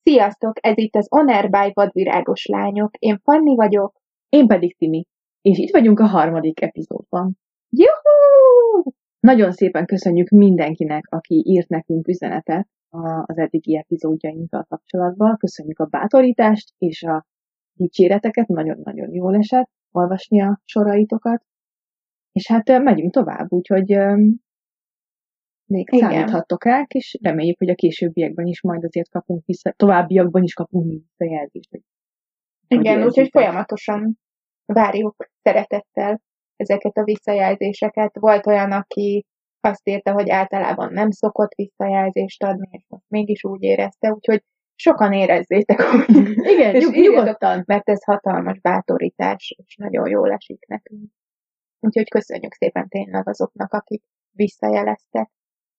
Sziasztok, ez itt az On Air by Vadvirágos Lányok. Én Fanni vagyok. Én pedig Timi. És itt vagyunk a 3. epizódban. Juhú! Nagyon szépen köszönjük mindenkinek, aki írt nekünk üzenetet az eddigi epizódjainkkal kapcsolatban. Köszönjük a bátorítást és a dicséreteket. Nagyon-nagyon jól esett olvasni a soraitokat. És hát megyünk tovább, úgyhogy még számíthattok rá, és reméljük, hogy a későbbiekben is majd azért kapunk továbbiakban is kapunk visszajelzést. Igen, úgyhogy folyamatosan várjuk szeretettel ezeket a visszajelzéseket. Volt olyan, aki azt írta, hogy általában nem szokott visszajelzést adni, és most mégis úgy érezte, úgyhogy sokan érezzétek úgy. Igen, nyugodtan. Mert ez hatalmas bátorítás, és nagyon jól esik nekünk. Úgyhogy köszönjük szépen tényleg azoknak, akik visszajeleztek.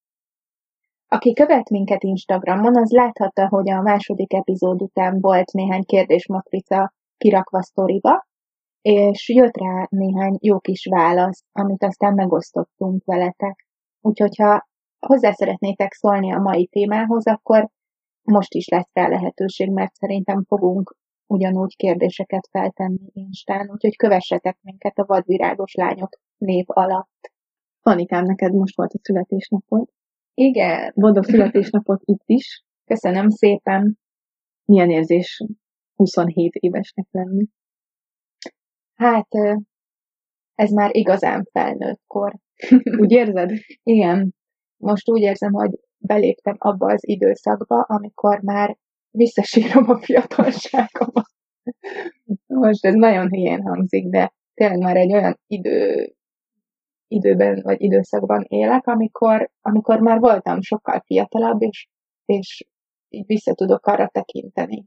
Aki követ minket Instagramon, az láthatta, hogy a második epizód után volt néhány kérdésmatrica kirakva sztoriba, és jött rá néhány jó kis válasz, amit aztán megosztottunk veletek. Úgyhogy ha hozzá szeretnétek szólni a mai témához, akkor most is lesz rá lehetőség, mert szerintem fogunk ugyanúgy kérdéseket feltenni Instán, úgyhogy kövessetek minket a Vadvirágos Lányok név alatt. Fannikám, neked most volt a születésnapod. Igen. Boldog születésnapot itt is. Köszönöm szépen. Milyen érzés 27 évesnek lenni? Hát, ez már igazán felnőtt kor. Úgy érzed? Igen. Most úgy érzem, hogy beléptem abba az időszakba, amikor már visszasírom a fiatalságomat. Most ez nagyon hülyén hangzik, de tényleg már egy olyan időben vagy időszakban élek, amikor már voltam sokkal fiatalabb, és így vissza tudok arra tekinteni,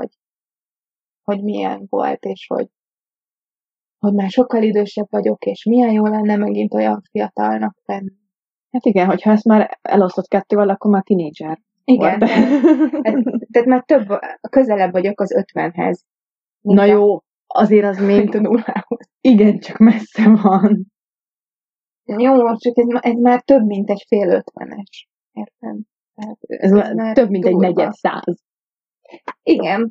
hogy milyen volt, és hogy már sokkal idősebb vagyok, és milyen jó lenne megint olyan fiatalnak lenni. Hát igen, hogyha ezt már elosztott kettővel, akkor már tínédzser. Igen, tehát már közelebb vagyok az 50-hez. Na jó, azért az még a nullához. Igen, csak messze van. Jó, csak ez már több, mint egy fél 50-es. Értem? Ez már több, mint durva. Egy 400. Igen.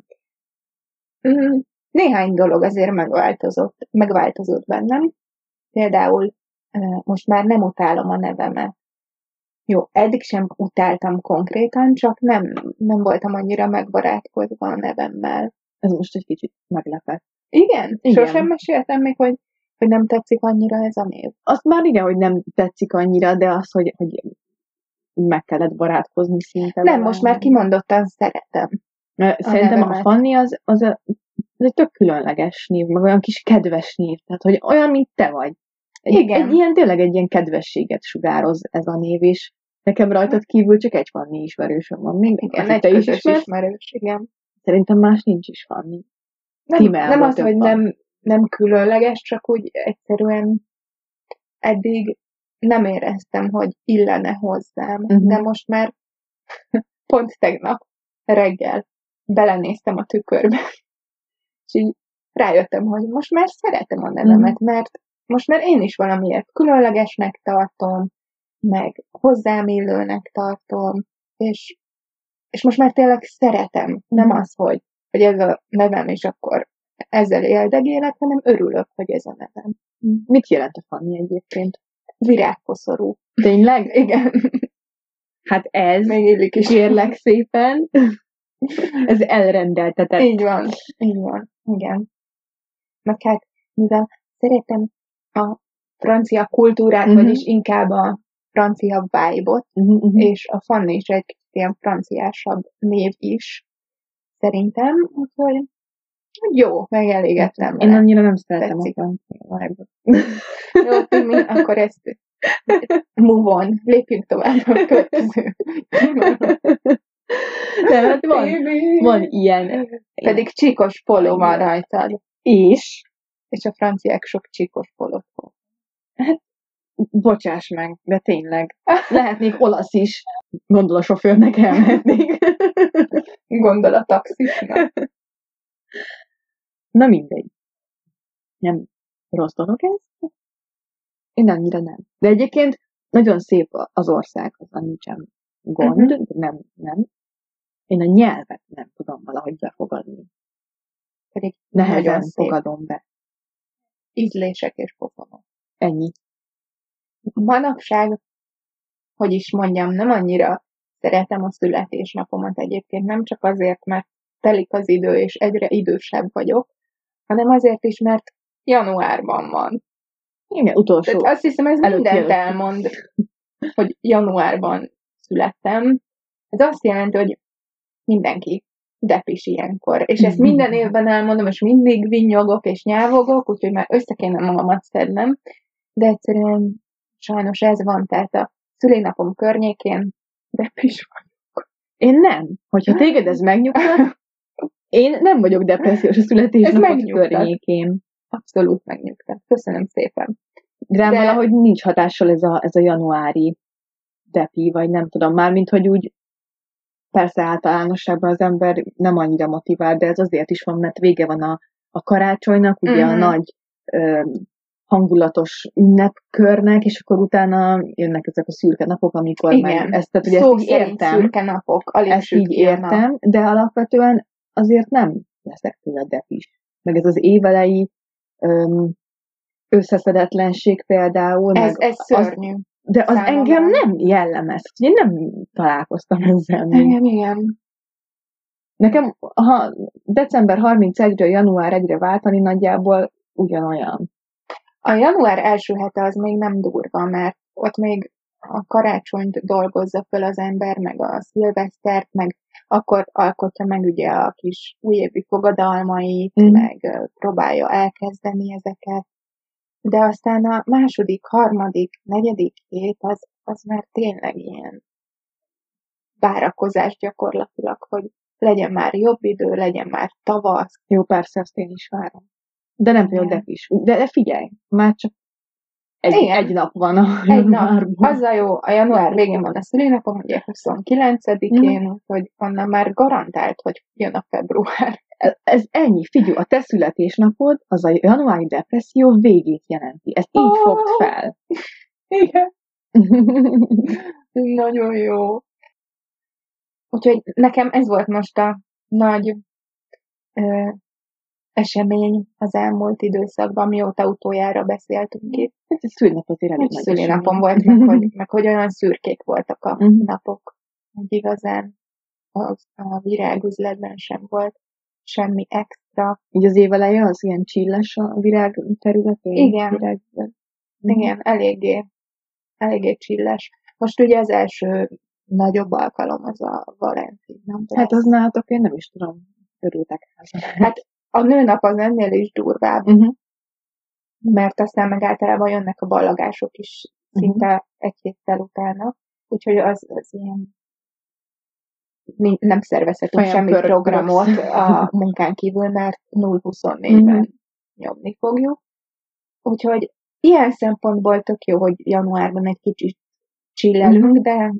Néhány dolog azért megváltozott bennem. Például most már nem utálom a nevemet. Jó, eddig sem utáltam konkrétan, csak nem voltam annyira megbarátkozva a nevemmel. Ez most egy kicsit meglepett. Igen? Sosem meséltem még, hogy nem tetszik annyira ez a név. Azt már igen, hogy nem tetszik annyira, de az, hogy meg kellett barátkozni szinte. Nem, most már kimondottan szeretem. Szerintem a Fanni az egy tök különleges név, meg olyan kis kedves név, tehát hogy olyan, mint te vagy. Tényleg egy ilyen kedvességet sugároz ez a név is. Nekem rajtad kívül csak egy Fanni ismerősöm van. Még igen, egy közös ismerős, igen. Szerintem más nincs is Fanni. Nem az, hogy nem különleges, csak úgy egyszerűen eddig nem éreztem, hogy illene hozzám. De most már pont tegnap reggel belenéztem a tükörbe, és így rájöttem, hogy most már szeretem a nevemet, mert most már én is valamiért különlegesnek tartom, meg hozzám illőnek tartom, és most már tényleg szeretem. Nem az, hogy ez a nevem, és akkor ezzel éldegélek, hanem örülök, hogy ez a nevem. Mit jelent a Fanni egyébként? Virágkoszorú. Tényleg? Igen. Hát ez, még illik is. Kérlek szépen, ez elrendeltetett. Így van, igen. Meg hát, mivel szeretem a francia kultúrát, vagyis inkább a francia vibe-ot, és a Fanni is egy ilyen franciásabb név is, szerintem, úgyhogy jó, megelégettem. Én annyira nem szeretem a francia vibe-ot. Jó, Timi, akkor ezt move on, lépjünk tovább a következő. De hát van ilyen. Pedig csíkos póló van rajtad. És a franciák sok csíkos pólót fog. Hát, bocsáss meg, de tényleg. Lehetnék olasz is. Gondol a sofőrnek elmehetnék. Gondol a taxisnak. Na mindegy. Nem rossz dolog ez? Én annyira nem. De egyébként nagyon szép az ország, az nincsen gond, nem. Én a nyelvet nem tudom valahogy befogadni. Pedig Nehezen nagyon szép. fogadom be. Ízlések és pofonok. Ennyi. Manapság, hogy is mondjam, nem annyira szeretem a születésnapomat egyébként, nem csak azért, mert telik az idő, és egyre idősebb vagyok, hanem azért is, mert januárban van. Igen, utolsó. Tehát azt hiszem, ez mindent előtt. elmond, hogy januárban születtem. Ez azt jelenti, hogy mindenki depis ilyenkor. És ezt minden évben elmondom, és mindig vinnyogok és nyávogok, úgyhogy már össze kéne magamat szednem. De egyszerűen sajnos ez van, tehát a szülinapom környékén depis vagyok. Én nem. Hogyha téged ez megnyugtat, én nem vagyok depressziós a születésnapot környékén. Abszolút megnyugtat. Köszönöm szépen. Rám valahogy nincs hatással ez a januári depi, vagy nem tudom, mármint, hogy úgy persze általánosságban az ember nem annyira motivál, de ez azért is van, mert vége van a karácsonynak, ugye a nagy hangulatos ünnepkörnek, és akkor utána jönnek ezek a szürke napok, amikor igen, meg ezt, tehát, ugye ezt így értem, szürke napok, ezt így értem, de alapvetően azért nem leszek tőle depis. Meg ez az évelei összeszedetlenség például. Ez szörnyű. De az engem nem jellemez. Én nem találkoztam ezzel még. Igen. Nekem, ha december 31-ről január 1-re váltani, nagyjából ugyanolyan. A január első hete az még nem durva, mert ott még a karácsonyt dolgozza föl az ember, meg a szilvesztert, meg akkor alkotja meg ugye a kis újévi fogadalmait, meg próbálja elkezdeni ezeket. De aztán a második, harmadik, negyedik hét az már tényleg ilyen várakozás gyakorlatilag, hogy legyen már jobb idő, legyen már tavasz. Jó, persze, azt én is várom. De nem vagyok depis. De figyelj, már csak egy nap van a januárban. Azzal jó, a január végén van a szülinapom, ugye 29-én, úgyhogy onnan már garantált, hogy jön a február. Ez ennyi, figyelj, a te születésnapod az a januári depresszió végét jelenti. Ezt így fogd fel. Igen. Nagyon jó. Úgyhogy nekem ez volt most a nagy esemény az elmúlt időszakban, mióta utoljára beszéltünk itt. Ez a szülinap azért elég nagy szülinapom volt, meg hogy olyan szürkék voltak a napok. Hogy igazán a virágüzletben sem volt semmi extra. Így az éveleje az ilyen csilles a virág területén? Igen. Igen, eléggé csilles. Most ugye az első nagyobb alkalom az a Valentin nap. Hát az nálatok én nem is tudom, örültek házan. Hát a nőnap az ennél is durvább, mert aztán meg általában jönnek a ballagások is szinte egy héttel utána, úgyhogy az ilyen nem szervezhetünk semmi programot a munkán kívül, mert 0-24-ben nyomni fogjuk. Úgyhogy ilyen szempontból tök jó, hogy januárban egy kicsit chillelünk,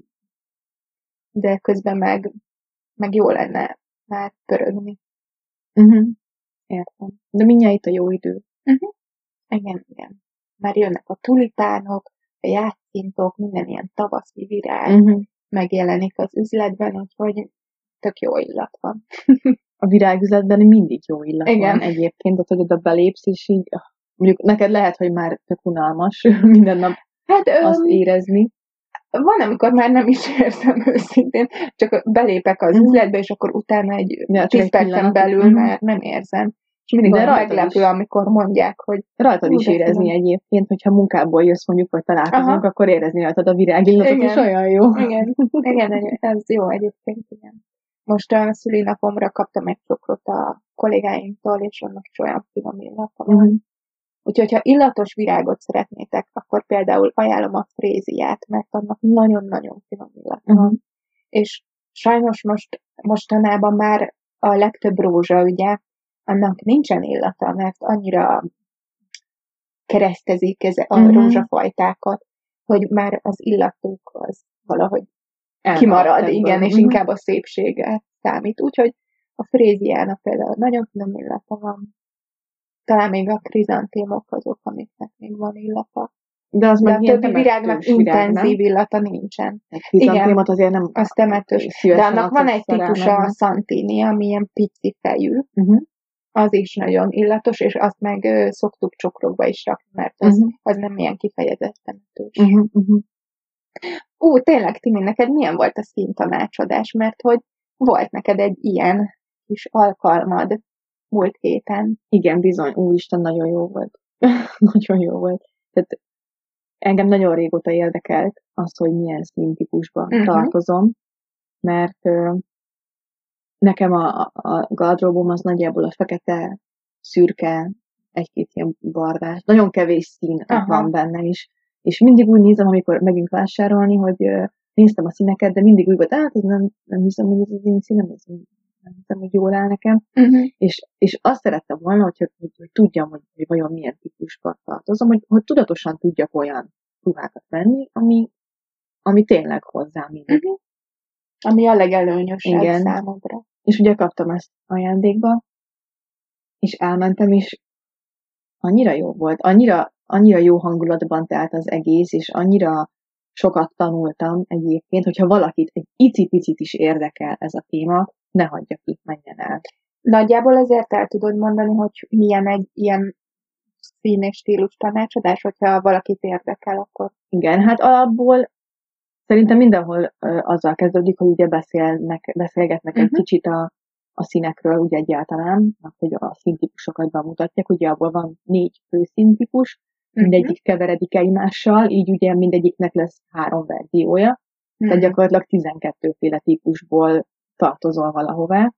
de közben meg jó lenne már pörögni. Értem. De mindjárt itt a jó idő. Igen. Már jönnek a tulipánok, a játszíntok, minden ilyen tavaszi virág megjelenik az üzletben, úgyhogy tök jó illat van. A virágüzletben mindig jó illat van egyébként, de hogy oda belépsz, és így, mondjuk neked lehet, hogy már tök unalmas minden nap azt érezni. Van, amikor már nem is érzem őszintén, csak belépek az üzletbe, és akkor utána egy 10 percen belül már nem érzem. És mindig meglepő, amikor mondják, hogy... Rajtad is érezni egyébként, hogyha munkából jössz mondjuk, vagy találkozunk, akkor érezni rajtad a virágillatot, és olyan jó. Igen, ez jó egyébként, igen. Most a szülinapomra kaptam egy cukrot a kollégáimtól, és annak is olyan finom illata van. Úgyhogy, ha illatos virágot szeretnétek, akkor például ajánlom a fréziát, mert annak nagyon-nagyon finom illata van. És sajnos mostanában már a legtöbb rózsa, ugye, annak nincsen illata, mert annyira keresztezik a rózsafajtákat, hogy már az illatuk az valahogy kimarad, igen, és inkább a szépsége számít. Úgyhogy a fréziának például nagyon finom illata van. Talán még a krizantémok azok, amiknek még van illata. De az De meg a ilyen többi virágnak temetős virág, nem? intenzív illata nincsen. Egy krizantémot azért nem Az temetős. De szívesen annak van egy accosszal típusa, a rámennek. Santini, ami ilyen pici fejű. Uh-huh. Az is nagyon illatos, és azt meg szoktuk csokrokba is rakni, mert az nem ilyen kifejezett temetős. Tényleg, Timi, neked milyen volt a színtanácsadás? Mert hogy volt neked egy ilyen kis alkalmad múlt héten. Igen, bizony, úristen, nagyon jó volt. Nagyon jó volt. Tehát engem nagyon régóta érdekelt az, hogy milyen színtípusban tartozom, mert nekem a gardróbom az nagyjából a fekete, szürke, egy-két ilyen bardás. Nagyon kevés szín van benne is. És mindig úgy nézem, amikor megint vásárolni, hogy néztem a színeket, de mindig úgy volt, hát ez nem hiszem, hogy ez az én színem, ez nem hiszem, hogy jól áll nekem. És azt szerettem volna, hogy tudjam, hogy vajon milyen típusban tartozom, hogy tudatosan tudjak olyan ruhákat venni, ami tényleg hozzám illik. Ami a legelőnyösebb számodra. És ugye kaptam ezt ajándékba, és elmentem, és annyira jó volt, annyira jó hangulatban telt az egész, és annyira sokat tanultam egyébként, hogyha valakit egy icipicit is érdekel ez a téma, ne hagyja ki, menjen el. Nagyjából ezért el tudod mondani, hogy milyen egy ilyen szín és stílus tanácsadás, hogyha valakit érdekel, akkor... Igen, hát alapból szerintem mindenhol azzal kezdődik, hogy ugye beszélgetnek egy kicsit a színekről, ugye egyáltalán, hogy a színtípusokat bemutatják, ugye abból van 4 fő színtípus, mindegyik keveredik egymással, így ugye mindegyiknek lesz 3 verziója, tehát gyakorlatilag 12 féle típusból tartozol valahová.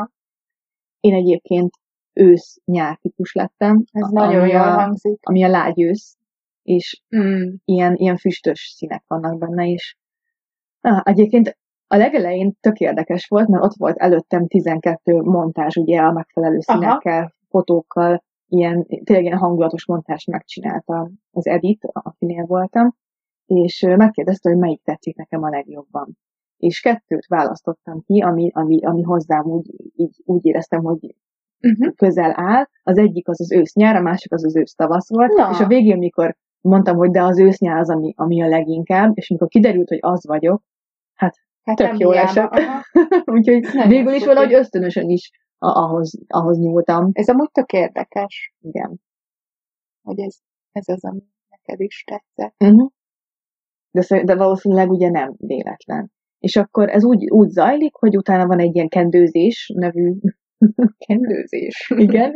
Én egyébként ősz-nyár típus lettem. Ez nagyon jól hangzik. Ami a lágy ősz, és ilyen füstös színek vannak benne is. Egyébként a legelején tök érdekes volt, mert ott volt előttem 12 montázs, ugye a megfelelő színekkel, fotókkal, tényleg ilyen hangulatos montást megcsinálta az Edith, akinél voltam, és megkérdezte, hogy melyik tetszik nekem a legjobban. És 2 választottam ki, ami hozzám úgy éreztem, hogy közel áll. Az egyik az ősz-nyár, a másik az ősz-tavasz volt, és a végén, amikor mondtam, hogy de az ősz-nyár az, ami a leginkább, és amikor kiderült, hogy az vagyok, hát tök jól esett. Úgyhogy végül is valahogy ösztönösen is ahhoz nyúltam. Ez amúgy tök érdekes. Igen. Hogy ez az, ami neked is tetszett. De valószínűleg ugye nem véletlen. És akkor ez úgy zajlik, hogy utána van egy ilyen kendőzés nevű kendőzés. Igen.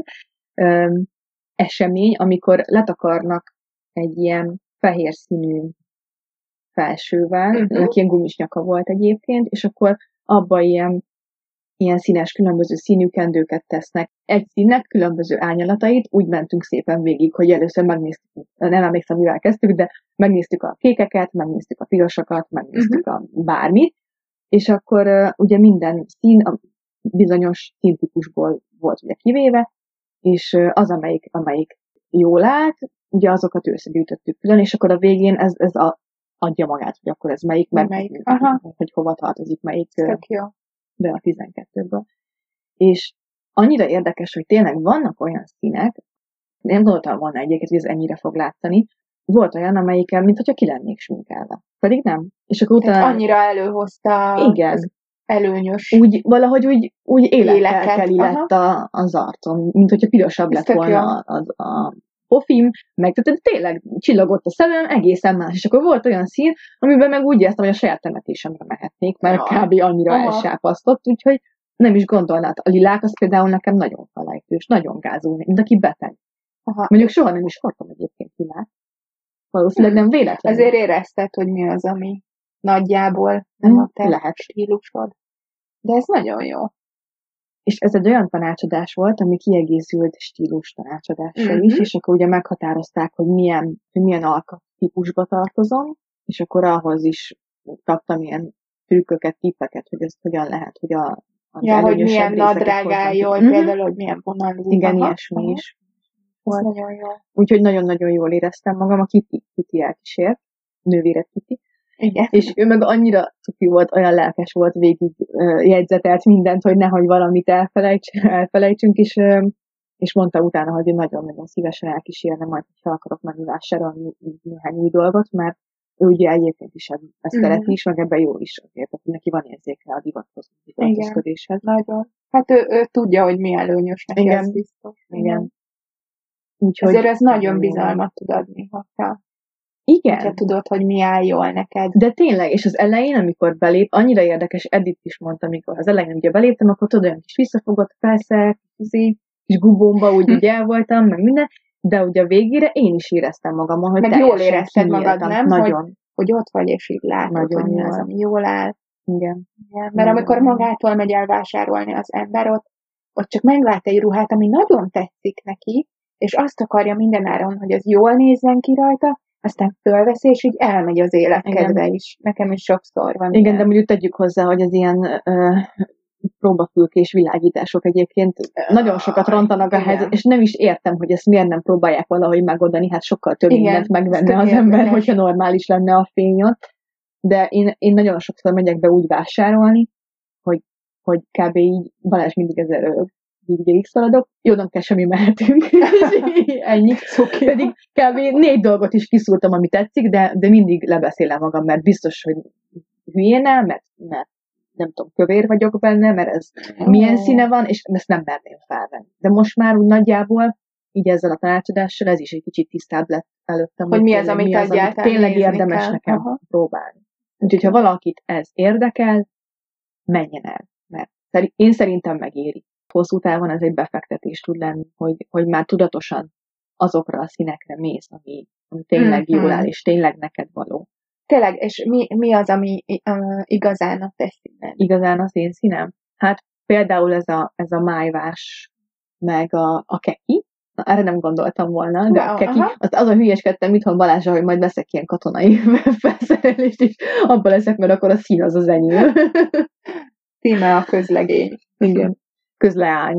Esemény, amikor letakarnak egy ilyen fehér színű felsővel, ilyen gumis nyaka volt egyébként, és akkor abba ilyen színes, különböző színű kendőket tesznek. Egy színnek különböző árnyalatait, úgy mentünk szépen végig, hogy először megnéztük, nem emlékszem, mivel kezdtük, de megnéztük a kékeket, megnéztük a pirosakat, megnéztük a bármit, és akkor ugye minden szín a bizonyos színtípusból volt ugye kivéve, és az, amelyik jól állt, ugye azokat összegyűjtöttük külön, és akkor a végén ez adja magát, hogy akkor ez melyik, hogy hova tartozik melyik be a 12-ből. És annyira érdekes, hogy tényleg vannak olyan színek, nem gondoltam volna egyébként, hogy ez ennyire fog látszani, volt olyan, amelyikkel, mint hogyha ki lennék sminkelve. Pedig nem. És akkor utána... annyira előhozta igen. Előnyös. Valahogy úgy élettel lett az arcom, mint hogyha pirosabb lett volna a pofim, meg tehát tényleg csillagott a szemem, egészen más. És akkor volt olyan szín, amiben meg úgy éreztem, hogy a saját temetésemre mehetnék, mert kb. Annyira elsápasztott, úgyhogy nem is gondolnád. A lilák az például nekem nagyon felejtős, nagyon gázul, mint aki beteg. Mondjuk soha nem is hordtam egyébként lilát. Valószínűleg nem véletlenül. Azért érezted, hogy mi az, ami nagyjából nem a te stílusod. De ez nagyon jó. És ez egy olyan tanácsadás volt, ami kiegészült stílus tanácsadással is, és akkor ugye meghatározták, hogy milyen alkattípusba tartozom, és akkor ahhoz is kaptam ilyen trükköket, tippeket, hogy ezt hogyan lehet, hogy hogy milyen nadrág álljon, például, hogy milyen vonalú. Igen, ilyesmi is. Nagyon jó. Úgyhogy nagyon-nagyon jól éreztem magam, a Kitty elkísért, nővére Kitty. Igen. És ő meg annyira cuki volt, olyan lelkes volt, végig jegyzetelt mindent, hogy nehogy valamit elfelejtsünk, és és mondta utána, hogy ő nagyon-nagyon szívesen elkísérne majd, hogyha akarok menni vásárolni néhány új dolgot, mert ő ugye egyébként is ezt szereti is, meg ebben jó is azért, hogy neki van érzéke a divathoz, a öltözködéshez. Nagyon. Hát ő tudja, hogy mi előnyös neki, igen. ez biztos. Igen. Úgyhogy ezért ez nagyon bizalmat tud adni, hogyha tudod, hogy mi áll jól neked. De tényleg, és az elején, amikor belép, annyira érdekes, Edith is mondta, amikor az elején ugye beléptem, akkor tudod, olyan kis visszafogott felszert, kis gubómba, úgy ugye el voltam, meg minden, de ugye a végére én is éreztem magamon, hogy meg jól érezted magad, nem? Nagyon. Hogy ott vagy, és így látod, nagyon hogy mi az, ami jól áll. Igen. Mert nagyon amikor magától megy el vásárolni az ember, ott csak meglát egy ruhát, ami nagyon tetszik neki, és azt akarja mindenáron, hogy az jól nézzen ki rajta, aztán fölveszi, és így elmegy az életkedve is. Nekem is sokszor van. Igen, de mondjuk tegyük hozzá, hogy az ilyen próbafülkés világítások egyébként nagyon sokat rontanak a helyzet, és nem is értem, hogy ezt miért nem próbálják valahogy megoldani, hát sokkal több mindent megvenne az ember, hogyha normális lenne a fény ott. De én nagyon sokszor megyek be úgy vásárolni, hogy kb. Így Balázs mindig ezzel így végigszaladok, jó, nem kell semmi, mehetünk. Ennyi. Pedig kb. 4 dolgot is kiszúrtam, ami tetszik, de mindig lebeszélem magam, mert biztos, hogy hülyénel, mert nem tudom, kövér vagyok benne, mert ez milyen színe van, és ezt nem merném felvenni. De most már úgy nagyjából, így ezzel a tanácsadással, ez is egy kicsit tisztább lett előttem. Hogy mi az, amit tényleg érdemes nekem próbálni. Úgyhogy, ha valakit ez érdekel, menjen el. Mert én szerintem megéri. Hosszú távon ez egy befektetés tud lenni, hogy már tudatosan azokra a színekre mész, ami tényleg jól áll, és tényleg neked való. Tényleg, és mi az, ami igazán a te színed? Igazán az én színem? Hát például ez a májvás, meg a keki. Na, erre nem gondoltam volna, de a keki, az a hülyeskedtem itthon Balázsra, hogy majd veszek ilyen katonai felszerelést, és abban leszek, mert akkor a szín az az enyém. Szíme a közlegény. Igen. Közleány.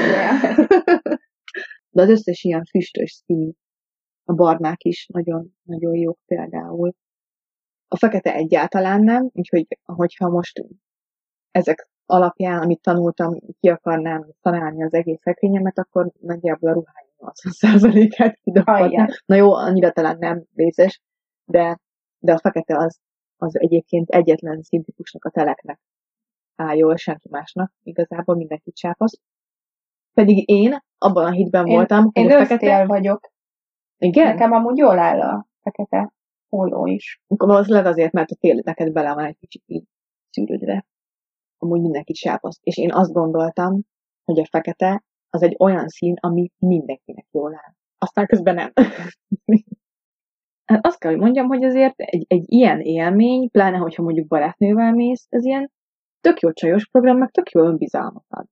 De az összes ilyen füstös szín, a barnák is nagyon, nagyon jók például. A fekete egyáltalán nem, úgyhogy hogyha most ezek alapján, amit tanultam, ki akarnám találni az egész szekrényemet, akkor nagyjából a ruháim 80%-át kidobhatnám. Na jó, annyira talán nem vészes, de a fekete az egyébként egyetlen színtípusnak, a teleknek áll jól, senki másnak, igazából mindenki csápasz. Pedig én abban a hitben voltam, hogy a fekete... vagyok. Igen? Nekem amúgy jól áll a fekete póló is. Valószínűleg azért, mert a tél neked bele van egy kicsit így szűrődve. Amúgy mindenki sápaszt. És én azt gondoltam, hogy a fekete az egy olyan szín, ami mindenkinek jól áll. Aztán közben nem. Hát azt kell, hogy mondjam, hogy azért egy ilyen élmény, pláne, hogyha mondjuk barátnővel mész, ez ilyen tök jó csajos program, meg tök jó önbizalmat ad.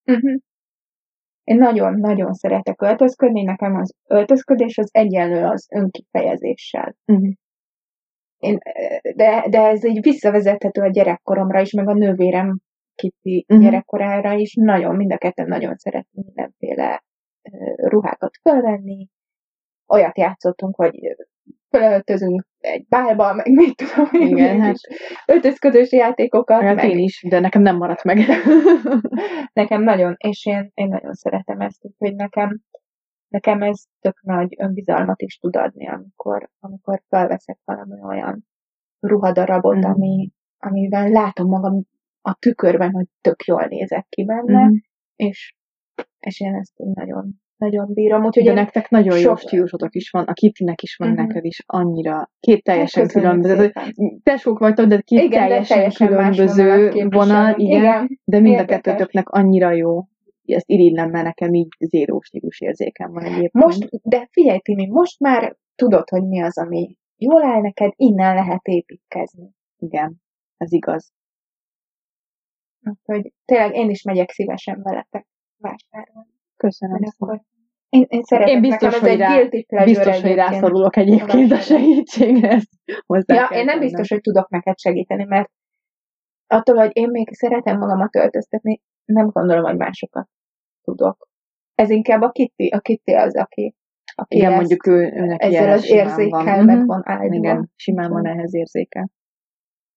Én nagyon-nagyon szeretek öltözködni, nekem az öltözködés az egyenlő az önkifejezéssel. De ez így visszavezethető a gyerekkoromra is, meg a nővérem Kitty gyerekkorára is. Mind a ketten nagyon szeretünk mindenféle ruhákat fölvenni. Olyat játszottunk, hogy fölöltözünk egy bálba, meg mit tudom én. Igen, hát öltözködős játékokat. Hát én is, de nekem nem maradt meg. Nekem nagyon, és én nagyon szeretem ezt, úgyhogy nekem ez tök nagy önbizalmat is tud adni, amikor felveszek valami olyan ruhadarabot, amivel látom magam a tükörben, hogy tök jól nézek ki benne, és én ezt nagyon nagyon bírom. Úgyhogy de nektek nagyon jó stílusotok is van, a Kittynek is van, neked is annyira. Két teljesen különböző. Tesók vagytok, de két teljesen különböző vonal, igen, de mind a kettőtöknek annyira jó. Ezt irigylem, mert nekem így zéró stílus érzékem van egyébként. De figyelj, Timi, most már tudod, hogy mi az, ami jól áll neked, innen lehet építkezni. Igen, ez igaz. Úgyhogy tényleg én is megyek szívesen veletek vásárolni. Köszönöm szépen. Én szeretem, biztos, hogy rászorulok egyébként a segítségre. Én nem biztos, hogy tudok neked segíteni, mert attól, hogy én még szeretem magamat öltöztetni, nem gondolom, hogy másokat tudok. Ez inkább a Kitty az, aki igen, mondjuk őnek ezzel az érzékkel meg van áldva. Igen, simán van ehhez érzéke.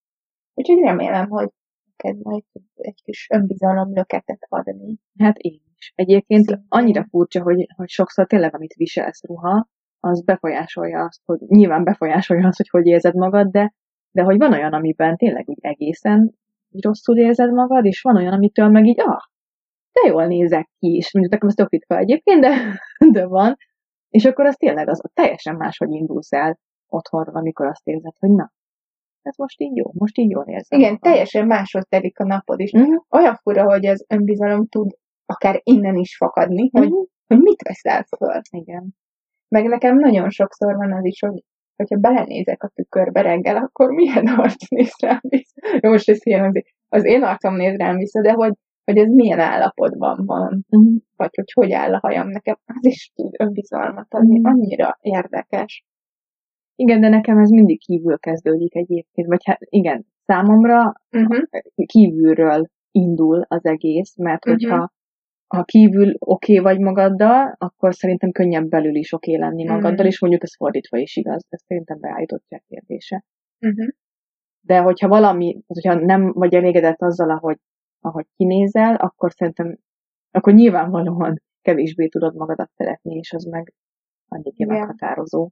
Úgyhogy remélem, hogy neked majd egy kis önbizalom löketet adni. Hát én És egyébként Szintén. annyira furcsa, hogy sokszor tényleg, amit viselsz ruha, az befolyásolja azt, hogy nyilván befolyásolja azt, hogy érzed magad, de hogy van olyan, amiben tényleg úgy egészen rosszul érzed magad, és van olyan, amitől meg így, de jól nézek ki, és mondjuk nekem ez tök ritka egyébként, de van, és akkor az tényleg az teljesen máshogy indulsz el otthonról, amikor azt érzed, hogy na, ez most így jól érzem. Igen, teljesen máshogy telik a napod is. Olyan fura, hogy az önbizalom tud akár innen is fakadni, hogy mit veszel föl. Igen. Meg nekem nagyon sokszor van az is, hogyha belenézek a tükörbe reggel, akkor milyen arc néz rám vissza. Jó, most ez jelenti. Az én arcom néz rám vissza, de hogy ez milyen állapotban van, vagy hogy áll a hajam, nekem az is tud önbizalmat adni. Annyira érdekes. Igen, de nekem ez mindig kívül kezdődik egyébként, vagy hát igen, számomra kívülről indul az egész, mert hogyha kívül oké vagy magaddal, akkor szerintem könnyebb belül is oké lenni magaddal, és mondjuk ez fordítva is igaz, ez szerintem beállítottság kérdése. De hogyha hogyha nem vagy elégedett azzal, ahogy kinézel, akkor szerintem, akkor nyilvánvalóan kevésbé tudod magadat szeretni, és az meg annyira meghatározó.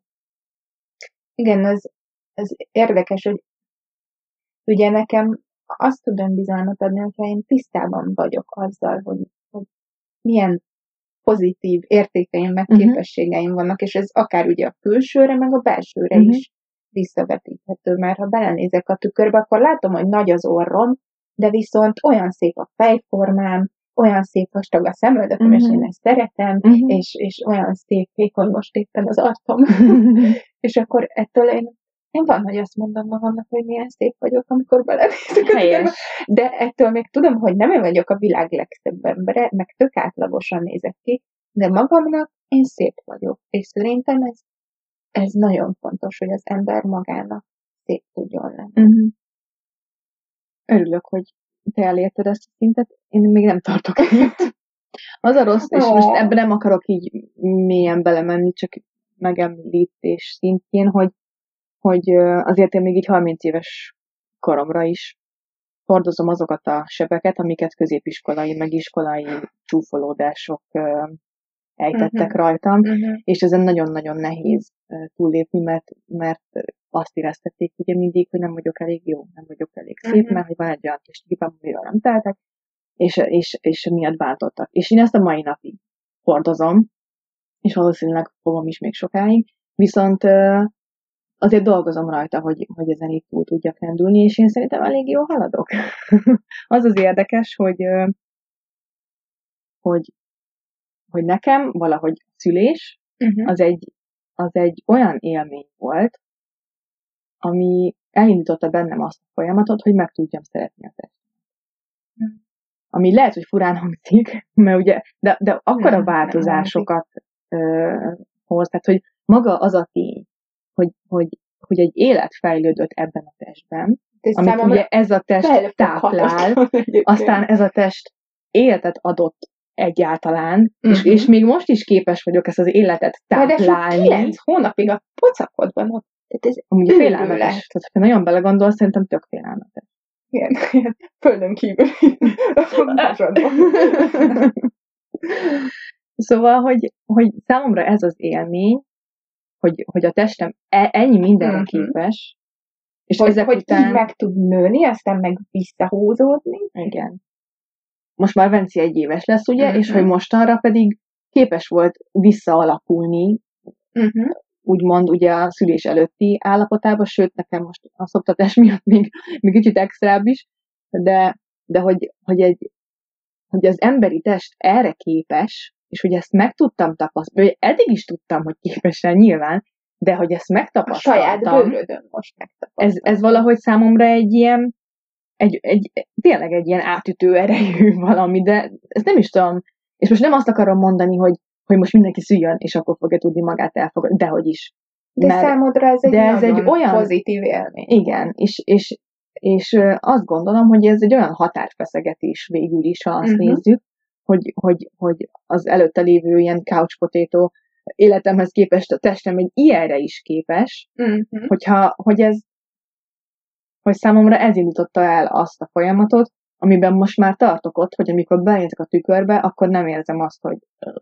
Igen, az érdekes, hogy ugye nekem azt tud önbizalmat adni, hogyha én tisztában vagyok azzal, hogy milyen pozitív értékeim, meg képességeim vannak, és ez akár ugye a külsőre, meg a belsőre is visszavetíthető, mert ha belenézek a tükörbe, akkor látom, hogy nagy az orrom, de viszont olyan szép a fejformám, olyan szép vastag a szemöldököm, és én ezt szeretem, és olyan szép vékony most éppen az arcom. És akkor ettől én van, hogy azt mondom magamnak, hogy milyen szép vagyok, amikor belenézek a tükörbe. De ettől még tudom, hogy nem én vagyok a világ legszebb embere, meg tök átlagosan nézek ki, de magamnak én szép vagyok. És szerintem ez nagyon fontos, hogy az ember magának szép tudjon lenni. Örülök, hogy te elérted ezt a szintet, én még nem tartok itt. Az a rossz, és most ebben nem akarok így mélyen belemenni, csak megemlítés szintjén, hogy azért én még így 30 éves koromra is hordozom azokat a sebeket, amiket középiskolai, meg iskolai csúfolódások ejtettek rajtam, és ezen nagyon-nagyon nehéz túllépni, mert azt éreztették ugye mindig, hogy nem vagyok elég jó, nem vagyok elég szép, mert hogy van egy olyan kis tipám, amiről nem teltek, és miatt bántottak. És én ezt a mai napig hordozom, és valószínűleg fogom is még sokáig, viszont azért dolgozom rajta, hogy ezen itt túl tudjak lendülni, és én szerintem elég jól haladok. Az érdekes, hogy nekem valahogy szülés az egy olyan élmény volt, ami elindította bennem azt a folyamatot, hogy meg tudjam szeretni a testemet. Ami lehet, hogy furán hangzik, mert ugye, de akkora változásokat hoz, tehát, hogy maga az a tény, hogy egy élet fejlődött ebben a testben, amit ugye ez a test táplál, aztán ez a test életet adott egyáltalán, és még most is képes vagyok ezt az életet táplálni. 9 hónapig a pocakodban ott. Tehát ez amúgy félelmetes. Tehát, ha nagyon belegondolsz, szerintem tök félelmetes. Igen, földön kívül. Szóval, hogy számomra ez az élmény, hogy a testem ennyi mindenre képes, és ezek után... így meg tud nőni, aztán meg visszahúzódni. Igen. Most már Venci 1 éves lesz, ugye, és hogy mostanra pedig képes volt visszaalakulni, úgymond ugye a szülés előtti állapotában, sőt, nekem most a szoptatás miatt még kicsit extrább is, de hogy az emberi test erre képes, és hogy ezt meg tudtam tapasztalni, vagy eddig is tudtam, hogy képes rá nyilván, de hogy ezt megtapasztaltam. A saját bőrödön most megtapasztaltam. Ez valahogy számomra egy ilyen, tényleg egy ilyen átütő erejű valami, de ezt nem is tudom, és most nem azt akarom mondani, hogy most mindenki szüljön, és akkor fogja tudni magát elfogadni, dehogy is. De számodra ez egy olyan pozitív élmény. Igen, és azt gondolom, hogy ez egy olyan határfeszegetés végül is, ha azt nézzük, hogy az előtte lévő ilyen couch potato életemhez képest a testem egy ilyenre is képes, hogy számomra ez indította el azt a folyamatot, amiben most már tartok ott, hogy amikor benézek a tükörbe, akkor nem érzem azt, hogy...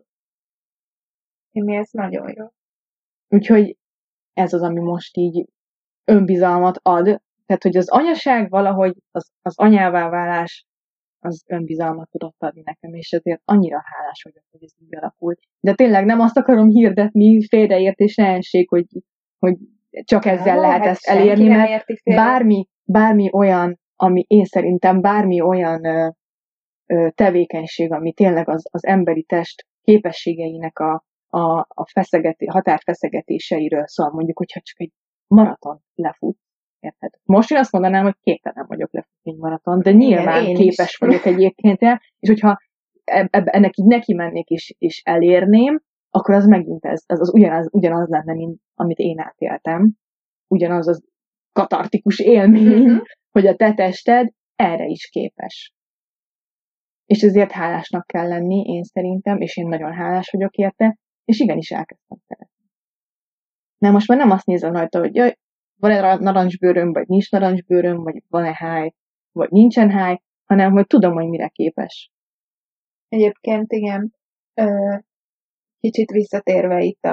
Én ez nagyon jó. Úgyhogy ez az, ami most így önbizalmat ad. Tehát, hogy az anyaság valahogy, az anyává válás, az önbizalmat tudott adni nekem, és ezért annyira hálás vagyok, hogy ez így alakult. De tényleg nem azt akarom hirdetni, félreértés ne essék, hogy csak ezzel lehet ezt elérni, mert bármi olyan, ami én szerintem bármi olyan tevékenység, ami tényleg az emberi test képességeinek a határfeszegetéseiről szól, mondjuk, hogyha csak egy maraton lefut. Érted? Most én azt mondanám, hogy képtelen vagyok lefutni egy maraton, de nyilván igen, képes vagyok egyébként, és hogyha ennek így neki mennék és elérném, akkor az megint ez ugyanaz lenne, mint amit én átéltem. Ugyanaz az katartikus élmény, hogy a te tested erre is képes. És ezért hálásnak kell lenni, én szerintem, és én nagyon hálás vagyok érte, és igenis elkezdtem szeretni. Mert most már nem azt nézem rajta, hogy jaj, van-e narancsbőröm, vagy nincs narancsbőröm, vagy van-e háj, vagy nincsen háj, hanem hogy tudom, hogy mire képes. Egyébként igen, kicsit visszatérve itt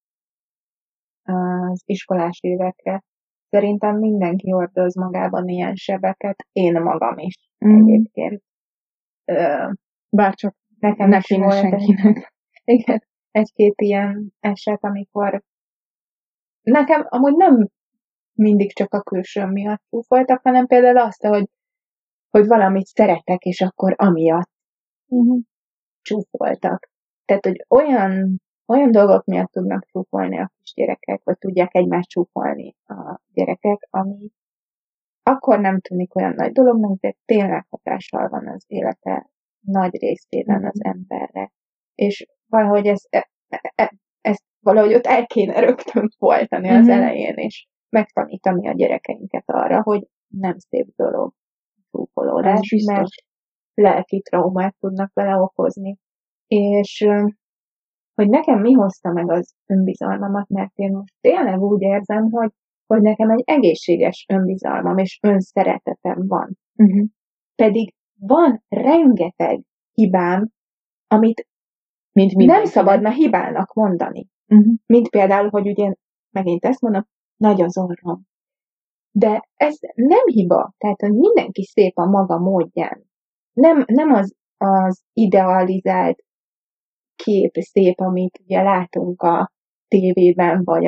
az iskolás évekre, szerintem mindenki hordoz magában ilyen sebeket, én magam is egyébként. Bárcsak nekem is volt senkinek. Igen, egy-két ilyen eset, amikor nekem amúgy nem mindig csak a külsőm miatt csúfoltak, hanem például azt, hogy valamit szeretek, és akkor amiatt csúfoltak. Tehát, hogy olyan dolgok miatt tudnak csúfolni a kisgyerekek, vagy tudják egymást csúfolni a gyerekek, ami akkor nem tűnik olyan nagy dolognak, de tényleg hatással van az élete nagy részében az emberre. És valahogy ezt valahogy ott el kéne rögtön folytani az elején, és megtanítani a gyerekeinket arra, hogy nem szép dolog csúfolódás, mert lelki traumát tudnak vele okozni. És hogy nekem mi hozta meg az önbizalmamat, mert én most tényleg úgy érzem, hogy nekem egy egészséges önbizalmam és önszeretetem van. Pedig van rengeteg hibám, amit nem szabadna hibának mondani. Mint például, hogy ugye megint ezt mondom, nagy az orrom. De ez nem hiba. Tehát, hogy mindenki szép a maga módján. Nem az idealizált kép szép, amit ugye látunk a tévében, vagy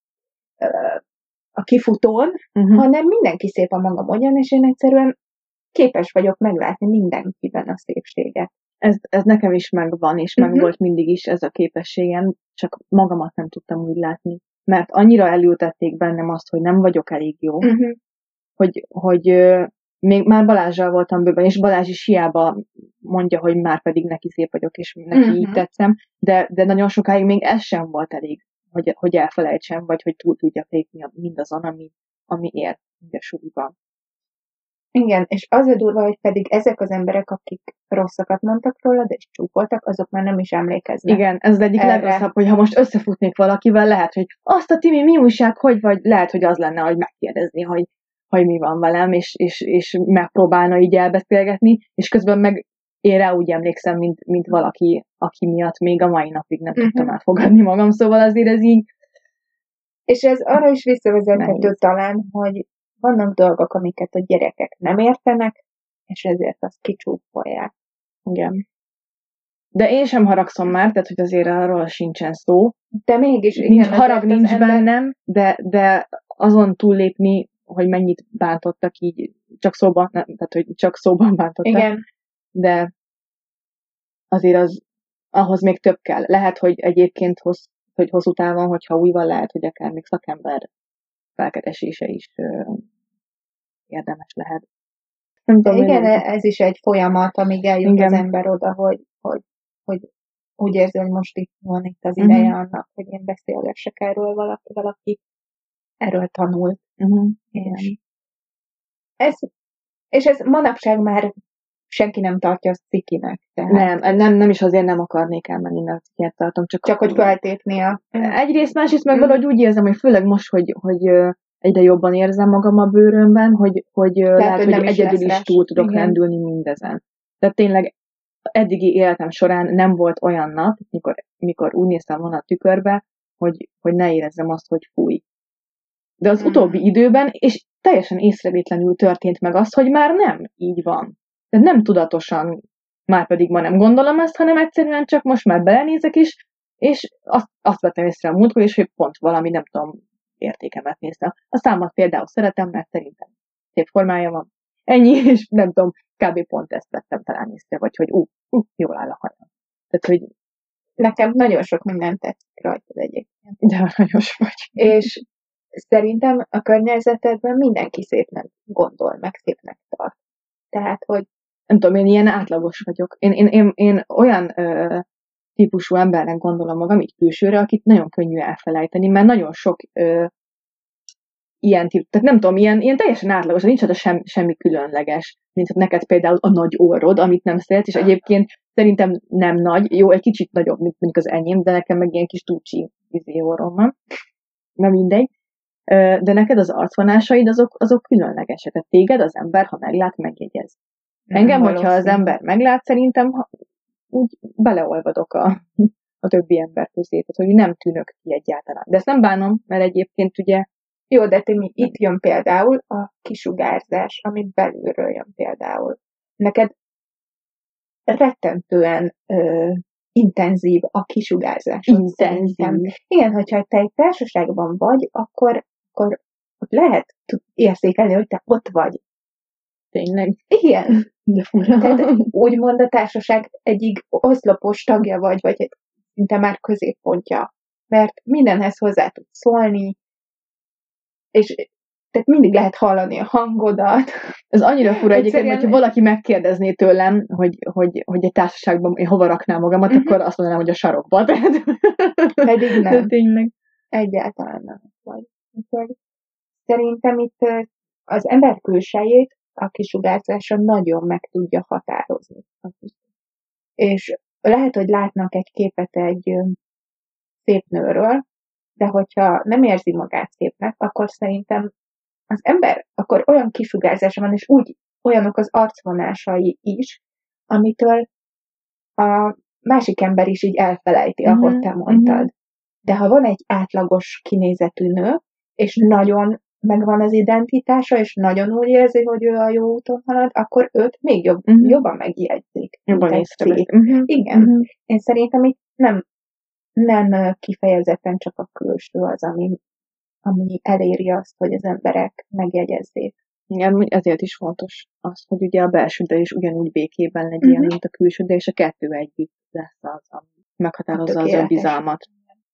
a kifutón, hanem mindenki szép a maga módján, és én egyszerűen képes vagyok meglátni mindenkiben a szépséget. Ez nekem is megvan, és meg volt mindig is ez a képességem, csak magamat nem tudtam úgy látni. Mert annyira elültették bennem azt, hogy nem vagyok elég jó, hogy még már Balázsral voltam bőven, és Balázs is hiába mondja, hogy már pedig neki szép vagyok, és neki így tetszem, de nagyon sokáig még ez sem volt elég, hogy elfelejtsem, vagy hogy túl tudjak lépni mindazon, ami ér a súlyban. Igen, és az a durva, hogy pedig ezek az emberek, akik rosszakat mondtak rólad, és csúfoltak, azok már nem is emlékeznek. Igen, ez az egyik legrosszabb, hogy ha most összefutnék valakivel, lehet, hogy azt a Timi, mi újság, hogy vagy, lehet, hogy az lenne, hogy megkérdezni, hogy mi van velem, és megpróbálna így elbeszélgetni, és közben meg én rá úgy emlékszem, mint valaki, aki miatt még a mai napig nem tudtam elfogadni magam, szóval azért ez így... És ez arra is visszavezethető talán, hogy vannak dolgok, amiket a gyerekek nem értenek, és ezért azt kicsúfolják. Igen. De én sem haragszom már, tehát hogy azért arról sincsen szó. De mégis... Igen, harag nincs bennem, de azon túllépni, hogy mennyit bántottak így, csak szóban, nem, tehát hogy csak szóban bántottak. Igen. De azért ahhoz még több kell. Lehet, hogy egyébként hogy hosszú távon, hogyha új van, lehet, hogy akár még szakember felkeresése is érdemes lehet. Nem tudom, igen, ez is egy folyamat, amíg eljut az ember oda, hogy úgy érzi, hogy most itt van itt az ideje annak, hogy én beszélgessek erről valakivel, aki erről tanult. És ez manapság már senki nem tartja azt cikinek. Nem is azért nem akarnék elmenni, mert ilyet tartom. Csak hogy feltépni a... Egyrészt, másrészt meg valahogy úgy érzem, hogy főleg most, hogy egyre jobban érzem magam a bőrömben, hogy lehet, hogy nem is egyedül lesz is túl tudok igen. lendülni mindezen. Tehát tényleg eddigi életem során nem volt olyan nap, mikor úgy néztem volna a tükörbe, hogy ne érezzem azt, hogy fúj. De az utóbbi időben, és teljesen észrevétlenül történt meg az, hogy már nem így van. Tehát nem tudatosan, már pedig ma nem gondolom ezt, hanem egyszerűen csak most már belenézek is, és azt vettem észre a múltkor is, hogy pont valami, nem tudom, értékemet néztem. A számot például szeretem, mert szerintem szép formája van. Ennyi, és nem tudom, kb. Pont ezt vettem talán észre, vagy hogy jól áll a hajam. Tehát, hogy nekem nagyon sok mindent tetszik rajtad egyébként. De aranyos vagy. És szerintem a környezetedben mindenki szépnek gondol, meg szépnek tart. Tehát, hogy nem tudom, én ilyen átlagos vagyok. Én olyan típusú embernek gondolom magam így külsőre, akit nagyon könnyű elfelejteni, mert nagyon sok ilyen típus, tehát nem tudom, ilyen teljesen átlagos, nincs oda semmi különleges, mint neked például a nagy orrod, amit nem szeretsz, és egyébként szerintem nem nagy, jó, egy kicsit nagyobb, mint mondjuk az enyém, de nekem meg ilyen kis tucsi orrom van, nem mindegy. De neked az arcvonásaid azok különlegesek. Tehát téged az ember, ha meglát, megjegyez. Engem, hogyha az ember meglát, szerintem úgy beleolvadok a többi ember közé, tehát hogy nem tűnök ki egyáltalán. De ezt nem bánom, mert egyébként ugye... Jó, de itt jön például a kisugárzás, ami belülről jön például. Neked rettentően intenzív a kisugárzás. Intenzív. Igen, hogyha te egy társaságban vagy, akkor lehet érzékelni, hogy te ott vagy. Tényleg? Igen. De fura. Tehát úgymond a társaság egyik oszlopos tagja vagy szinte már középpontja. Mert mindenhez hozzá tudsz szólni, és tehát mindig lehet hallani a hangodat. Ez annyira fura egyébként, hogyha valaki megkérdezné tőlem, hogy egy társaságban én hova raknám magamat, akkor azt mondanám, hogy a sarokba. Pedig nem. De tényleg. Egyáltalán nem vagy. Szerintem itt az ember külsejét a kisugárzása nagyon meg tudja határozni. És lehet, hogy látnak egy képet egy szép nőről, de hogyha nem érzi magát szépnek, akkor szerintem az ember akkor olyan kisugárzása van, és úgy olyanok az arcvonásai is, amitől a másik ember is így elfelejti, ahogy te mondtad. De ha van egy átlagos kinézetű nő, és nagyon megvan az identitása, és nagyon úgy érzi, hogy ő a jó úton halad, akkor őt még jobban megjegyzik. Jobban észrevezik. Igen. Én szerintem itt nem kifejezetten csak a külső az, ami eléri azt, hogy az emberek megjegyezzék. Igen, ezért is fontos az, hogy ugye a belsőde is ugyanúgy békében legyen, mint a külsőde, és a kettő együtt lesz az, ami meghatározza az önbizalmat.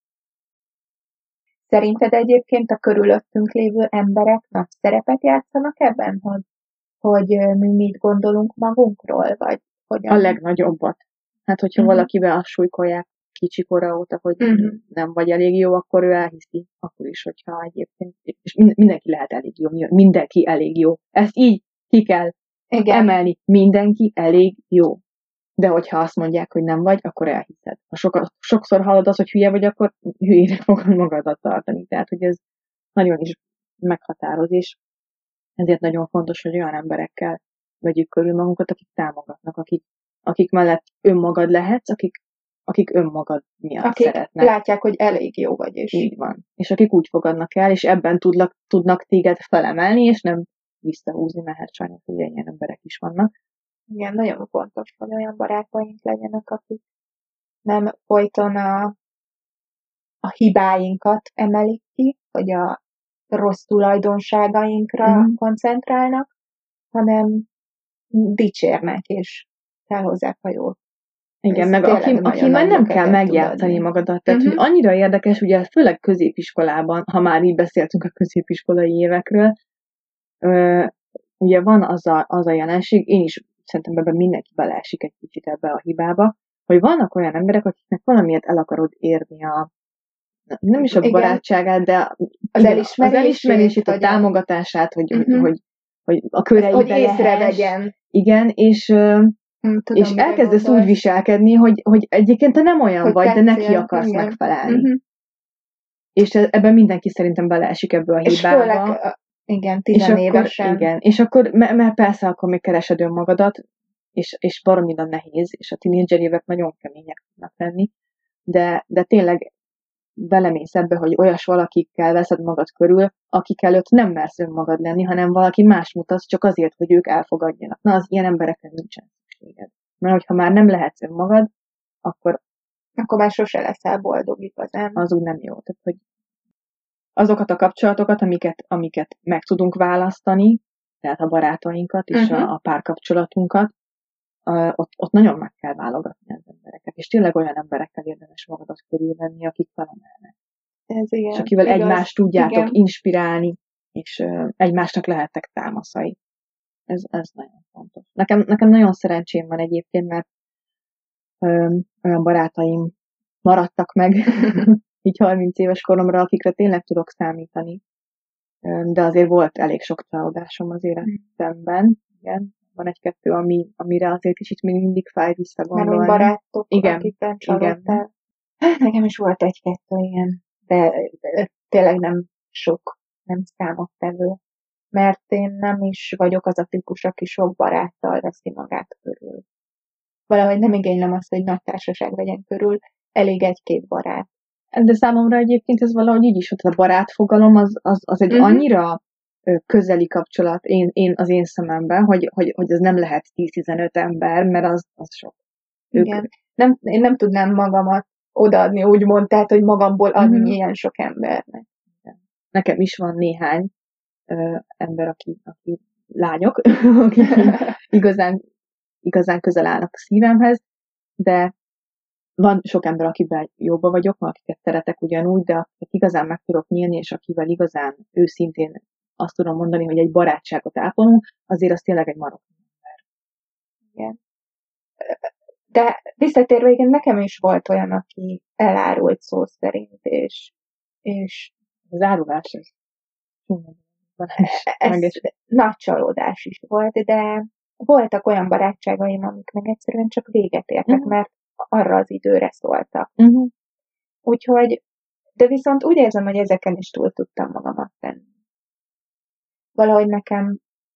Szerinted egyébként a körülöttünk lévő emberek nagy szerepet játszanak ebben, hogy mi mit gondolunk magunkról, vagy hogyan? A legnagyobbat. Hát, hogyha valakivel azt súlykolják kicsikora óta, hogy nem vagy elég jó, akkor ő elhiszi, akkor is, hogyha egyébként, és mindenki lehet elég jó, mindenki elég jó. Ezt így ki kell emelni, mindenki elég jó. De hogyha azt mondják, hogy nem vagy, akkor elhiszed. Ha sokszor hallod azt, hogy hülye vagy, akkor hülyére fogod magadat tartani. Tehát, hogy ez nagyon is meghatároz, és ezért nagyon fontos, hogy olyan emberekkel vegyük körül magunkat, akik támogatnak, akik mellett önmagad lehetsz, akik önmagad miatt szeretnek. Látják, hogy elég jó vagy, és így van. És akik úgy fogadnak el, és ebben tudnak téged felemelni, és nem visszahúzni, mert hát sajnos ugye ilyen emberek is vannak. Igen, nagyon fontos, hogy olyan barátaink legyenek, akik nem folyton a hibáinkat emelik ki, vagy a rossz tulajdonságainkra koncentrálnak, hanem dicsérnek, és felhozzák a jót. Igen, meg aki már nem kell megjátszani magadat. Tehát, hogy annyira érdekes, ugye főleg középiskolában, ha már így beszéltünk a középiskolai évekről, ugye van az a jelenség, én is szerintem ebben mindenki beleesik egy kicsit ebbe a hibába, hogy vannak olyan emberek, akiknek valamiért el akarod érni nem is a barátságát, de az elismerését, a támogatását, hogy a köreibe hogy észrevegyen. Igen, és elkezdesz úgy viselkedni, hogy egyébként te nem olyan vagy, de neki akarsz megfelelni. És ebben mindenki szerintem beleesik ebbe a És hibába. főleg, igen, tizenévesen. Igen, és akkor, mert persze akkor még keresed önmagadat, és baromira nehéz, és a tínédzser évek nagyon kemények tudnak lenni, de tényleg belemész ebbe, hogy olyas valakikkel veszed magad körül, akik előtt nem mersz önmagad lenni, hanem valaki más mutatsz, csak azért, hogy ők elfogadjanak. Na, az ilyen embereken nincsen szükséged. Mert hogyha már nem lehetsz önmagad, akkor már sose leszel boldog igazán. Az úgy nem jó. Tehát, hogy azokat a kapcsolatokat, amiket meg tudunk választani, tehát a barátainkat és a párkapcsolatunkat, ott nagyon meg kell válogatni az embereket. És tényleg olyan emberekkel érdemes magadat körülvenni, akik felemelnek. Ez igen. És akivel egymást tudjátok inspirálni, és egymásnak lehettek támaszai. Ez nagyon fontos. Nekem nagyon szerencsém van egyébként, mert olyan barátaim maradtak meg, így 30 éves koromra, akikre tényleg tudok számítani. De azért volt elég sok csalódásom az életemben. Igen, van egy-kettő, amire azért kicsit még mindig fáj visszagondolni. Mert barátok, igen, akikben csalódtál. Nekem is volt egy-kettő ilyen, de tényleg nem sok, nem számottevő. Mert én nem is vagyok az a típus, aki sok baráttal veszi magát körül. Valahogy nem igénylem azt, hogy nagy társaság legyen körül, elég egy-két barát. De számomra egyébként ez valahogy így is, hogy a barátfogalom az egy annyira közeli kapcsolat én az én szememben, hogy ez nem lehet 10-15 ember, mert az sok. Igen. Én nem tudnám magamat odaadni, úgymond, tehát, hogy magamból adni ilyen sok embernek. Nekem is van néhány ember, aki lányok, akik igazán közel állnak a szívemhez, de van sok ember, akivel jóba vagyok, akiket szeretek ugyanúgy, de akiket igazán meg tudok nyílni, és akivel igazán őszintén azt tudom mondani, hogy egy barátságot ápolunk, azért az tényleg egy marok ember. Igen. De visszatérve, igen, nekem is volt olyan, aki elárult szó szerint, és az árulás ez nagy csalódás is volt, de voltak olyan barátságaim, amik meg egyszerűen csak véget értek, mert arra az időre szóltak. Úgyhogy, de viszont úgy érzem, hogy ezeken is túl tudtam magamat tenni. Valahogy nekem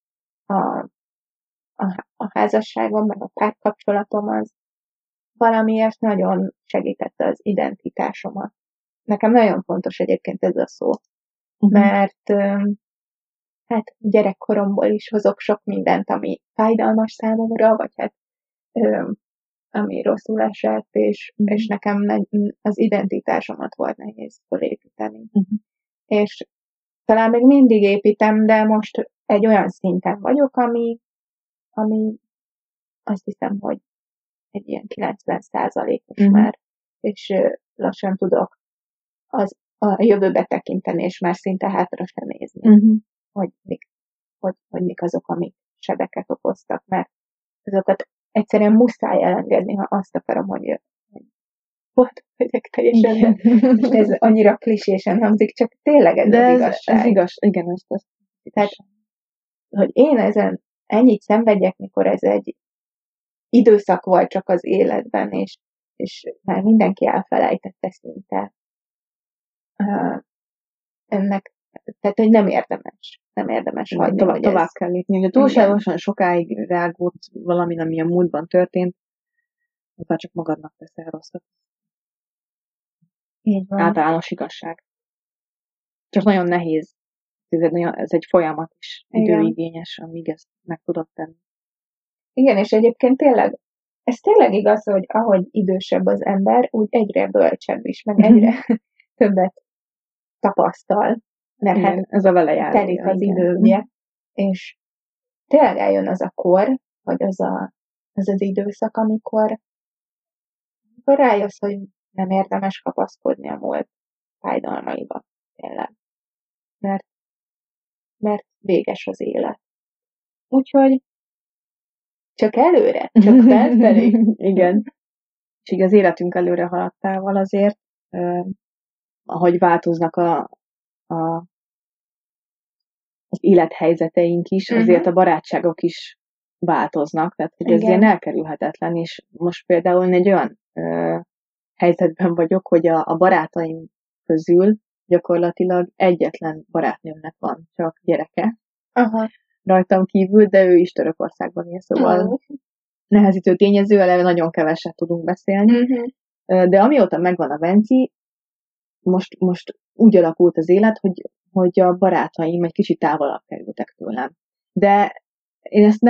a házasságom, meg a párkapcsolatom az valamiért nagyon segítette az identitásomat. Nekem nagyon fontos egyébként ez a szó, mert hát gyerekkoromból is hozok sok mindent, ami fájdalmas számomra, vagy hát ami rosszul esett, és nekem az identitásomat volt nehéz felépíteni. És talán még mindig építem, de most egy olyan szinten vagyok, ami azt hiszem, hogy egy ilyen 90%-os már, és lassan tudok a jövőbe tekinteni, és már szinte hátra sem nézni, hogy mik azok, amik sebeket okoztak, mert azokat egyszerűen muszáj elengedni, ha azt akarom, hogy volt vagyok teljesen. Ez annyira klisésen hangzik, csak tényleg ez az igazság. Ez igaz, igen, ez. Tehát, hogy én ezen ennyit szenvedjek, mikor ez egy időszak volt csak az életben, és már mindenki elfelejtette szinte. Ennek, tehát, hogy nem érdemes hagyni. Tovább kell lépni. Ugye túlságosan sokáig rágódsz valamin, ami a múltban történt, akkor csak magadnak teszel rosszat. Így van. Általános igazság. Csak nagyon nehéz. Ez egy folyamat is, időigényes, amíg ezt meg tudod tenni. Igen, és egyébként ez tényleg igaz, hogy ahogy idősebb az ember, úgy egyre bölcsebb is, meg egyre többet tapasztal, mert igen, hát ez a vele jár. Telik az idő, ugye? És tényleg eljön az a kor, vagy az az időszak, amikor rájössz, hogy nem érdemes kapaszkodni a múlt fájdalmaiba. Tényleg. Mert véges az élet. Úgyhogy csak előre, csak felfelé. Igen. És így az életünk előre haladtával azért, ahogy változnak az élethelyzeteink is, azért a barátságok is változnak, tehát hogy ez ilyen elkerülhetetlen, és most például egy olyan helyzetben vagyok, hogy a barátaim közül gyakorlatilag egyetlen barátnőmnek van csak gyereke. Aha. Rajtam kívül, de ő is Törökországban él, szóval nehezítő tényező, eleve nagyon keveset tudunk beszélni. De amióta megvan a Venci, most úgy alakult az élet, hogy a barátaim egy kicsit távolabb kerültek tőlem. De én ezt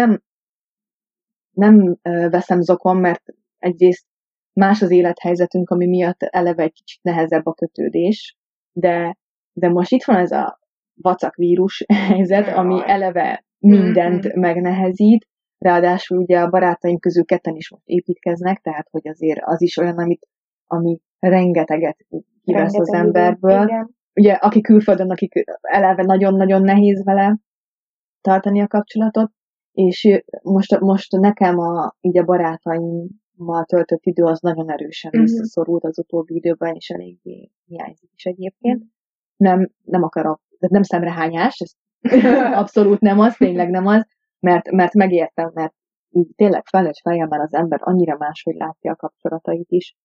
nem veszem zokon, mert egyrészt más az élethelyzetünk, ami miatt eleve egy kicsit nehezebb a kötődés, de most itt van ez a vacak vírus helyzet, ami eleve mindent megnehezít, ráadásul ugye a barátaim közül ketten is most építkeznek, tehát hogy azért az is olyan, ami rengeteget kivesz az emberből. Igen. Ugye, aki külföldön, akik eleve nagyon-nagyon nehéz vele tartani a kapcsolatot, és most nekem így a barátaimmal töltött idő az nagyon erősen visszaszorult az utóbbi időben, és eléggé hiányzik is egyébként. Nem akarok, nem szemrehányás, ez abszolút nem az, tényleg nem az, mert megértem, mert így tényleg felnőtt fejemmel az ember annyira máshogy látja a kapcsolatait is,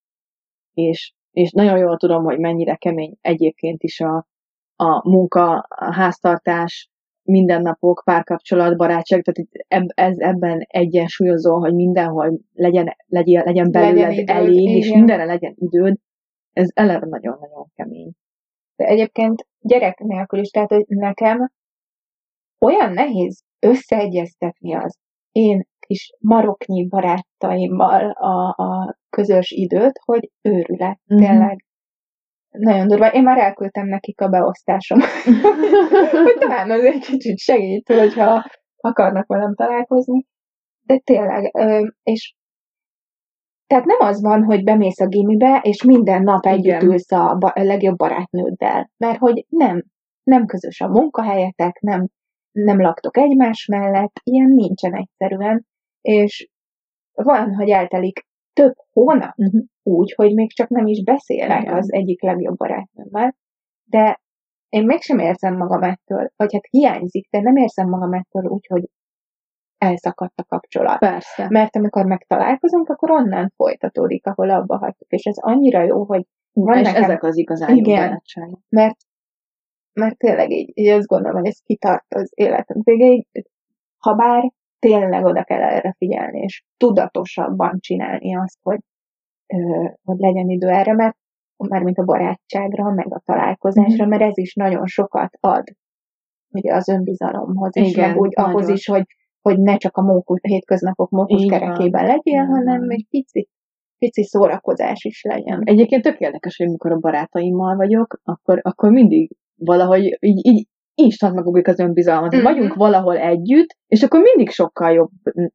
és nagyon jól tudom, hogy mennyire kemény egyébként is a munka, a háztartás, mindennapok, párkapcsolat, barátság, tehát ebben egyensúlyozó, hogy mindenhol legyen belőled időd, elég, igen. És mindenre legyen időd, ez eleve nagyon-nagyon kemény. De egyébként gyerek nélkül is, tehát hogy nekem olyan nehéz összeegyeztetni az én kis maroknyi barátaimmal a közös időt, hogy őrület, tényleg. Nagyon durva. Én már elküldtem nekik a beosztásom. Hogy talán az egy kicsit segít, hogyha akarnak velem találkozni. De tényleg, és tehát nem az van, hogy bemész a gimibe, és minden nap együtt ülsz a legjobb barátnőddel. Mert hogy nem közös a munkahelyetek, nem laktok egymás mellett, ilyen nincsen egyszerűen. És van, hogy eltelik több hónap úgy, hogy még csak nem is beszélek az egyik legjobb barátnőmmel, de én mégsem érzem magam ettől, vagy hát hiányzik, de nem érzem magam ettől úgy, hogy elszakadt a kapcsolat. Persze. Mert amikor megtalálkozunk, akkor onnan folytatódik, ahol abba hagytuk, és ez annyira jó, hogy van és nekem... ezek az igazán jó barátságok. Mert tényleg így azt gondolom, hogy ez kitart az életünk végéig, ha bár tényleg oda kell erre figyelni, és tudatosabban csinálni azt, hogy legyen idő erre, mert mármint a barátságra, meg a találkozásra, mert ez is nagyon sokat ad ugye az önbizalomhoz, és meg úgy ahhoz is, hogy ne csak a hétköznapok mókus kerekében legyél, hanem egy pici szórakozás is legyen. Egyébként tök érdekes, hogy amikor a barátaimmal vagyok, akkor mindig valahogy így instant megugrik az önbizalmat. Vagyunk valahol együtt, és akkor mindig sokkal jobb,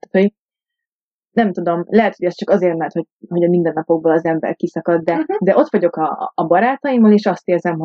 nem tudom, lehet, hogy ez csak azért, mert hogy a mindennapokból az ember kiszakad, de ott vagyok a barátaimmal, és azt érzem,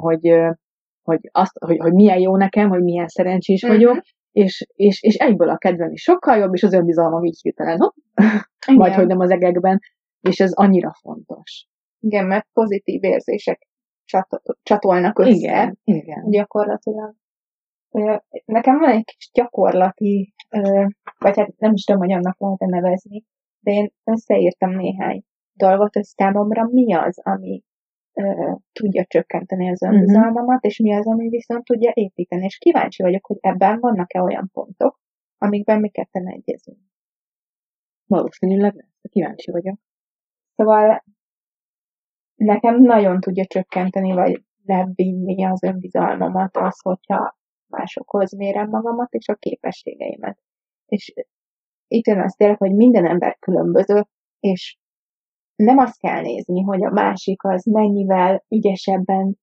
hogy milyen jó nekem, hogy milyen szerencsés vagyok, és egyből a kedvem is sokkal jobb, és az önbizalmam így hirtelen, majd hogy nem az egekben, és ez annyira fontos. Igen, mert pozitív érzések csatolnak össze. Igen. Gyakorlatilag. Nekem van egy kis gyakorlati, vagy hát nem is tudom, hogy annak lehet nevezni, de én összeírtam néhány dolgot, hogy számomra mi az, ami tudja csökkenteni az önbizalmamat, és mi az, ami viszont tudja építeni. És kíváncsi vagyok, hogy ebben vannak-e olyan pontok, amikben mi ketten egyezünk. Valószínűleg lesz, kíváncsi vagyok. Szóval nekem nagyon tudja csökkenteni, vagy levinni az önbizalmamat az, hogyha másokhoz mérem magamat, és a képességeimet. És itt jön az tényleg, hogy minden ember különböző, és nem azt kell nézni, hogy a másik az mennyivel ügyesebben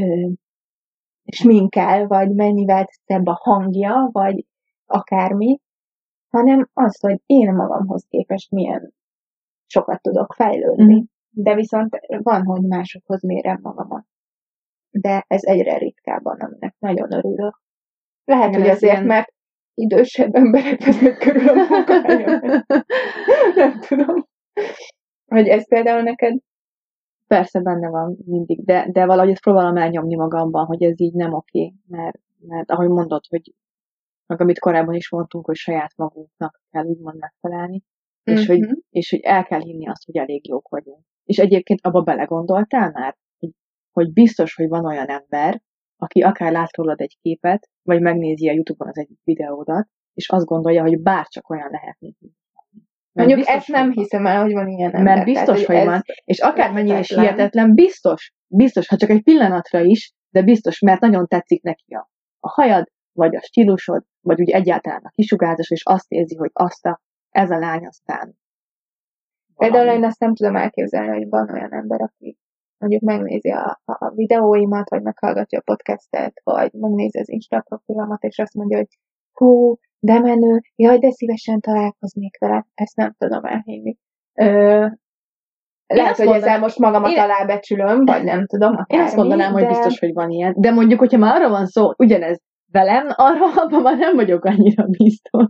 sminkel, vagy mennyivel szebb a hangja, vagy akármi, hanem az, hogy én magamhoz képest milyen sokat tudok fejlődni. De viszont van, hogy másokhoz mérem magamat. De ez egyre ritkábban, aminek nagyon örülök. Lehet, hogy azért, mert idősebb emberek vesznek körül a munkahelyemet. Nem tudom. Hogy ez például neked? Persze benne van mindig, de valahogy ezt próbálom elnyomni magamban, hogy ez így nem oké, mert ahogy mondod, hogy meg amit korábban is mondtunk, hogy saját magunknak kell úgymond megfelelni, és hogy el kell hinni azt, hogy elég jók vagyunk. És egyébként abba belegondoltál már, hogy hogy biztos, hogy van olyan ember, aki akár lát rólad egy képet, vagy megnézi a YouTube-on az egyik videódat, és azt gondolja, hogy bárcsak olyan lehet, mint mondjuk biztos, ezt nem hiszem el, hogy van ilyen ember. Mert biztos, hogy van. És akármennyire is hihetetlen, biztos, ha csak egy pillanatra is, de biztos, mert nagyon tetszik neki a hajad, vagy a stílusod, vagy úgy egyáltalán a kisugárzás, és azt érzi, hogy ez a lány aztán. Például én azt nem tudom elképzelni, hogy van olyan ember, aki mondjuk megnézi a videóimat, vagy meghallgatja a podcastet, vagy megnézi az Insta profilomat, és azt mondja, hogy hú, de menő, jaj, de szívesen találkoznék vele. Ezt nem tudom elhinni. Lehet, hogy ezzel most magamat alábecsülöm, vagy nem tudom. Akármi, én azt mondanám, hogy biztos, hogy van ilyen. De mondjuk, hogyha már arra van szó, ugyanez velem, abban már nem vagyok annyira biztos.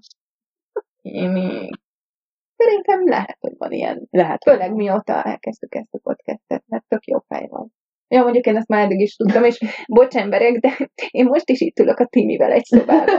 Szerintem lehet, hogy van ilyen. Lehet. Főleg mióta elkezdtük ezt a podcastet, mert tök jó fej van. Ja, mondjuk én ezt már eddig is tudtam, és bocs emberek, de én most is itt ülök a Timivel egy szobában.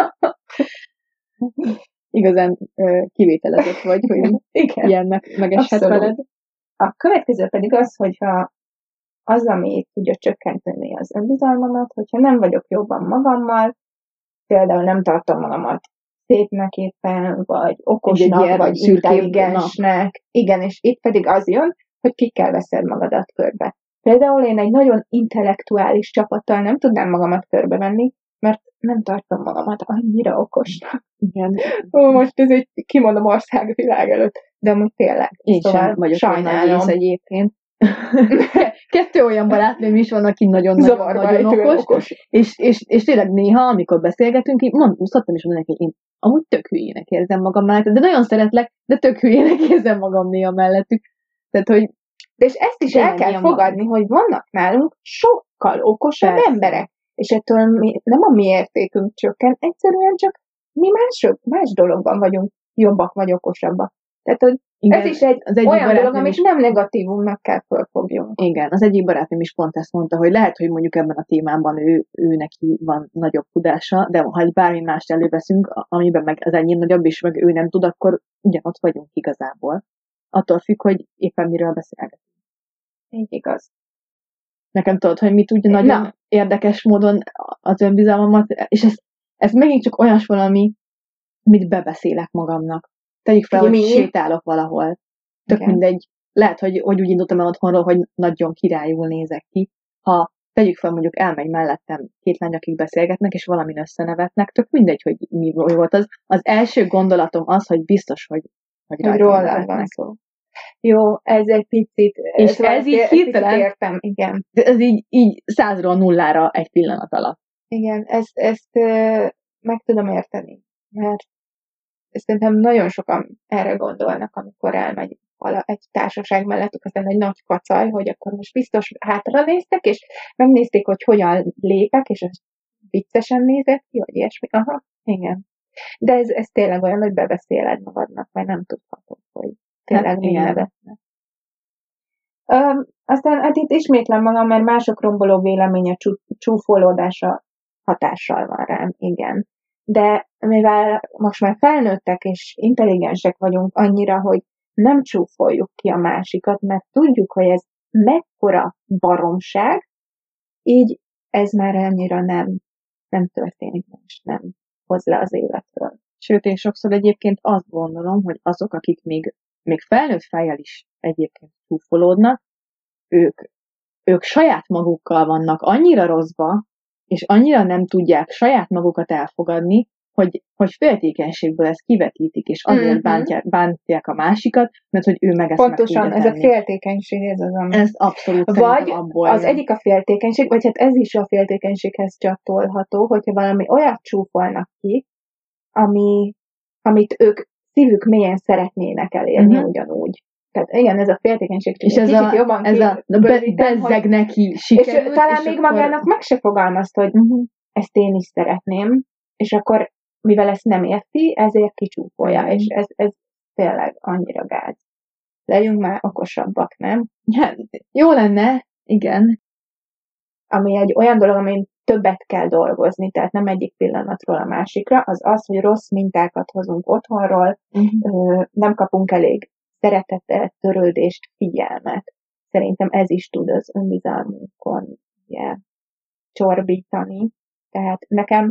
Igazán kivételezett vagy, hogy igen, ilyen megeshet veled. A következő pedig az, hogyha az, ami tudja csökkenteni az önbizalmamat, hogyha nem vagyok jobban magammal, például nem tartom magamat szépnek éppen, vagy okosnak, vagy intelligensnek. Igen, és itt pedig az jön, hogy kikkel veszed magadat körbe. Például én egy nagyon intellektuális csapattal nem tudnám magamat körbevenni, mert nem tartom magamat annyira okosnak. Igen. Most ez egy kimondom országvilág előtt, de most tényleg. Én sem vagyok sajnálom egyébként. 2 olyan barátnőm is van, aki nagyon okos. És tényleg néha, amikor beszélgetünk, így szoktam is mondani, hogy én amúgy tök hülyének érzem magam mellett, de nagyon szeretlek, de tök hülyének érzem magam néha mellettük. Tehát, hogy de és ezt is el kell fogadni, hogy vannak nálunk sokkal okosabb emberek. És ettől nem a mi értékünk csökken, egyszerűen csak mi más dologban vagyunk jobbak vagy okosabbak. Tehát, hogy igen, ez is egy olyan dolog, amit nem negatívumnak kell fölfogjunk. Igen, az egyik barátnőm is pont ezt mondta, hogy lehet, hogy mondjuk ebben a témában ő neki van nagyobb tudása, de ha bármi mást előveszünk, amiben meg az ennyi nagyobb is, meg ő nem tud, akkor ugyanott vagyunk igazából. Attól függ, hogy éppen miről beszélgetünk. Így igaz. Nekem tudod, hogy mi tudja nagyon érdekes módon az önbizalmamat, és ez megint csak olyas valami, mit bebeszélek magamnak. Tegyük fel, hogy sétálok valahol. Tök mindegy. Lehet, hogy úgy indultam el otthonról, hogy nagyon királyul nézek ki. Ha tegyük fel, mondjuk elmegy mellettem 2 lány, akik beszélgetnek, és valamin összenevetnek, tök mindegy, hogy mi volt az. Az első gondolatom az, hogy biztos, hogy rólad van szó. Jó, ez egy picit... És ez így hirtelen... értem, igen. Ez így 100-ról 0-ra egy pillanat alatt. Igen, ezt meg tudom érteni, mert szerintem nagyon sokan erre gondolnak, amikor elmegy egy társaság mellett, aztán egy nagy kacaj, hogy akkor most biztos hátra néztek, és megnézték, hogy hogyan lépek, és ez viccesen nézett ki, vagy ilyesmi. Aha, igen. De ez tényleg olyan, hogy bebeszéled magadnak, mert nem tudhatod, hogy tényleg mi nevetnek. Aztán hát itt ismétlem magam, mert mások romboló véleménye csúfolódása hatással van rám, igen. De mivel most már felnőttek és intelligensek vagyunk annyira, hogy nem csúfoljuk ki a másikat, mert tudjuk, hogy ez mekkora baromság, így ez már annyira nem történik, és nem hoz le az életről. Sőt, én sokszor egyébként azt gondolom, hogy azok, akik még felnőtt fejjel is egyébként csúfolódnak, ők saját magukkal vannak annyira rosszba, és annyira nem tudják saját magukat elfogadni, hogy féltékenységből ezt kivetítik, és azért bántják a másikat, mert hogy ő meg ezt pontosan, ez a féltékenység, ez az, ami... Ez abszolút vagy az egyik a féltékenység, vagy hát ez is a féltékenységhez csatolható, hogyha valami olyat csúfolnak ki, amit ők szívük mélyen szeretnének elérni ugyanúgy. Tehát igen, ez a féltékenység. És ez a bezzeg neki sikerült. És talán még magának meg se fogalmazt, hogy ezt én is szeretném, és akkor, mivel ezt nem érti, ezért kicsúfolja, és ez tényleg annyira gáz. Legyünk már okosabbak, nem? Ja, jó lenne, igen. Ami egy olyan dolog, amin többet kell dolgozni, tehát nem egyik pillanatról a másikra, az, hogy rossz mintákat hozunk otthonról, nem kapunk elég szeretetet, törődést, figyelmet. Szerintem szerintem ez is tud az önbizalmunkon ugye, csorbítani. Tehát nekem,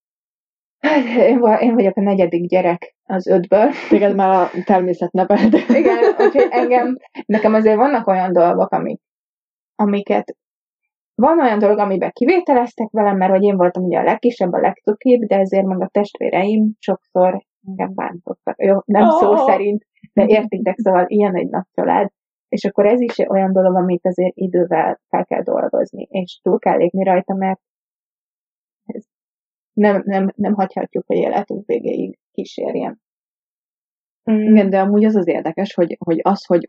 én vagyok a 4. gyerek az 5-ből. Téged már a természet nevelt. Igen, úgyhogy nekem azért vannak olyan dolgok, amiket van olyan dolog, amiben kivételeztek velem, mert hogy én voltam ugye a legkisebb, a legcukibb, de ezért meg a testvéreim sokszor engem bántottak. Jó, nem szó szerint, de értitek, szóval ilyen egy nagy család. És akkor ez is olyan dolog, amit azért idővel fel kell dolgozni, és túl kell lépni rajta, mert ez nem hagyhatjuk, hogy életünk végéig kísérjen. Igen, de amúgy az érdekes, hogy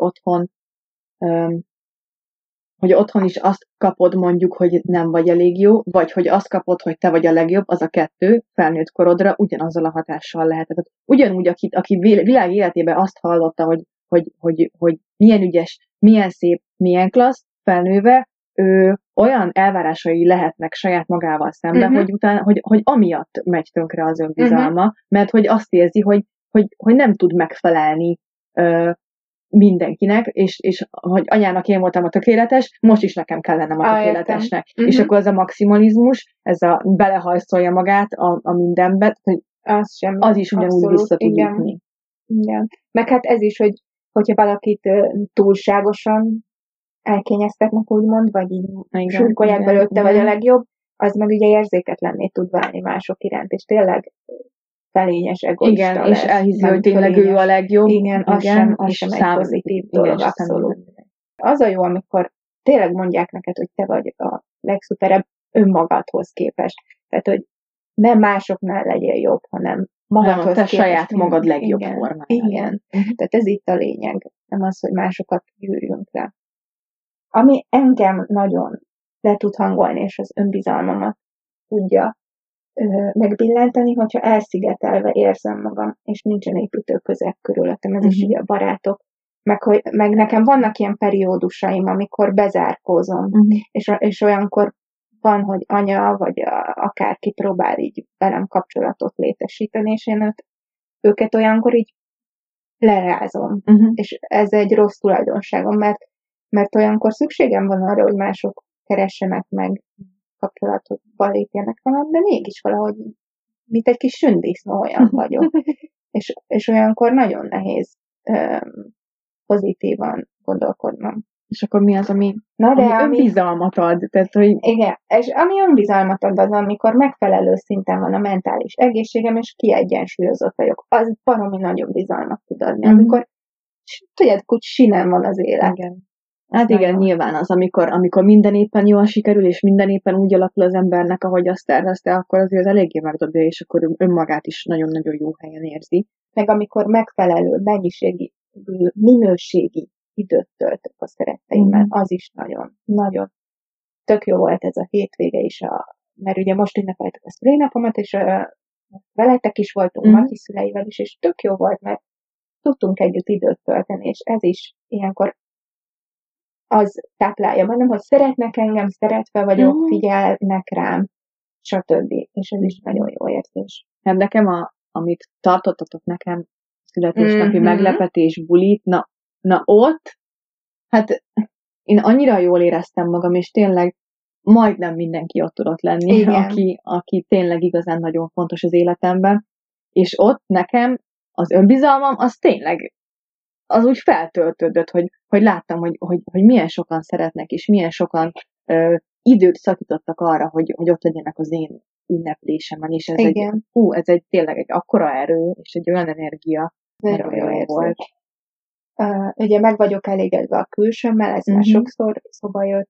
otthon is azt kapod mondjuk, hogy nem vagy elég jó, vagy hogy azt kapod, hogy te vagy a legjobb, az a kettő felnőtt korodra ugyanazzal a hatással lehet. Tehát ugyanúgy, aki világ életében azt hallotta, hogy milyen ügyes, milyen szép, milyen klassz, felnőve, olyan elvárásai lehetnek saját magával szemben, hogy utána, hogy amiatt megy tönkre az önbizalma, mert hogy azt érzi, hogy nem tud megfelelni mindenkinek, és hogy anyának én voltam a tökéletes, most is nekem kell lennem a tökéletesnek. És akkor az a maximalizmus, ez a belehajszolja magát a mindenbe, az is ugyanúgy vissza tud jutni. Igen. Meg hát ez is, hogyha valakit túlságosan elkényeztetnek, úgymond, vagy így súlykolják belőtte, vagy a legjobb, az meg ugye érzéketlenné tud válni mások iránt, és tényleg felényes, egoista igen, lesz. És elhiszi, hogy tényleg ő a legjobb. Igen, az sem egy pozitív dolog, abszolút. Az a jó, amikor tényleg mondják neked, hogy te vagy a legszuperebb önmagadhoz képest. Tehát, hogy nem másoknál legyél jobb, hanem magadhoz te képest. Saját magad legjobb formája. Igen, tehát ez itt a lényeg. Nem az, hogy másokat gyűrjünk le. Ami engem nagyon le tud hangolni, és az önbizalmamat tudja megbillenteni, hogyha elszigetelve érzem magam, és nincsen építőközeg körülöttem, ez is ugye a barátok, meg nekem vannak ilyen periódusaim, amikor bezárkózom, és olyankor van, hogy anya, vagy akárki próbál így velem kapcsolatot létesíteni, és én őket olyankor így lerázom, és ez egy rossz tulajdonságom, mert olyankor szükségem van arra, hogy mások keressenek meg kapcsolatba lépjenek velem, de mégis valahogy, mint egy kis sündisznó olyan vagyok. és olyankor nagyon nehéz pozitívan gondolkodnom. És akkor mi az, ami önbizalmat ad? Tehát, hogy... Igen, és ami önbizalmat ad az, amikor megfelelő szinten van a mentális egészségem, és kiegyensúlyozott vagyok. Az baromi nagyon bizalmat tud adni. Amikor, tudjátok, hogy sinem van az élet. Igen. Hát igen, nyilván az, amikor minden éppen jól sikerül, és minden éppen úgy alakul az embernek, ahogy azt tervezte, akkor azért az eléggé megdobja, és akkor önmagát is nagyon-nagyon jó helyen érzi. Meg amikor megfelelő mennyiségi, minőségi időt töltök a szeretteimmel, az is nagyon, nagyon tök jó volt ez a hétvége is, mert ugye most ünnepeltük a szülinapomat, és veletek is voltunk, Matyi szüleivel is, és tök jó volt, mert tudtunk együtt időt tölteni, és ez is ilyenkor az táplálja bennem, hogy szeretnek engem, szeretve vagyok, figyelnek rám, stb. És ez is nagyon jó érzés. Hát nekem, amit tartottatok nekem, születésnapi meglepetés, bulit, na ott, hát én annyira jól éreztem magam, és tényleg majdnem mindenki ott tudott lenni, aki tényleg igazán nagyon fontos az életemben, és ott nekem az önbizalmam, az tényleg az úgy feltöltődött, hogy láttam, hogy milyen sokan szeretnek, és milyen sokan időt szakítottak arra, hogy ott legyenek az én ünneplésemen, és ez egy tényleg egy akkora erő, és egy olyan energia, nagyon jó volt. Ugye meg vagyok elégedve a külsőmmel, ez már sokszor szóba jött.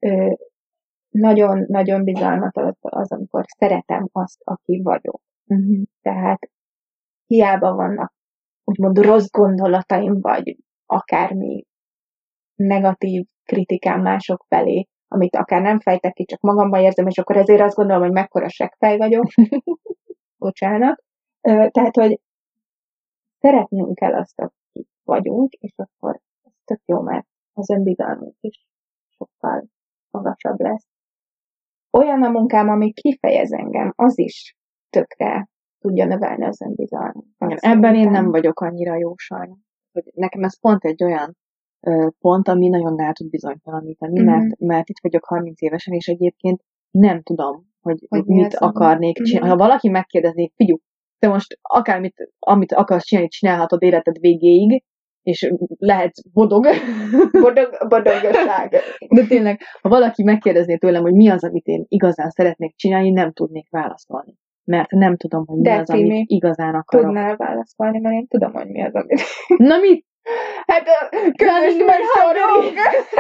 Nagyon bizalmat ad az, amikor szeretem azt, aki vagyok. Tehát hiába vannak úgymond rossz gondolataim, vagy akármi negatív kritikám mások felé, amit akár nem fejtek ki, csak magamban érzem, és akkor ezért azt gondolom, hogy mekkora seggfej vagyok. Bocsánat. Tehát, hogy szeretnünk kell azt, akik vagyunk, és akkor ez tök jó, mert az önbizalmunk is sokkal magasabb lesz. Olyan a munkám, ami kifejez engem, az is tökre tudja növelni az önbizalmat. Ebben én nem vagyok annyira jó sajnos. Nekem ez pont egy olyan pont, ami nagyon rá tud bizonytalanítani, Mhm. mert itt vagyok 30 évesen, és egyébként nem tudom, hogy Hogy mi mit az, ami- akarnék csinálni. Ha valaki megkérdeznék, figyelj, te most akármit, amit akarsz csinálni, csinálhatod életed végéig, és lehetsz bodog. Boldogság. De tényleg, ha valaki megkérdezné tőlem, hogy mi az, amit én igazán szeretnék csinálni, nem tudnék válaszolni. Mert nem tudom, hogy mi De az, amit Timi, igazán akarok. tudnál válaszolni, mert én tudom, hogy mi az, amit... Na mit? Hát a közös műsorunk!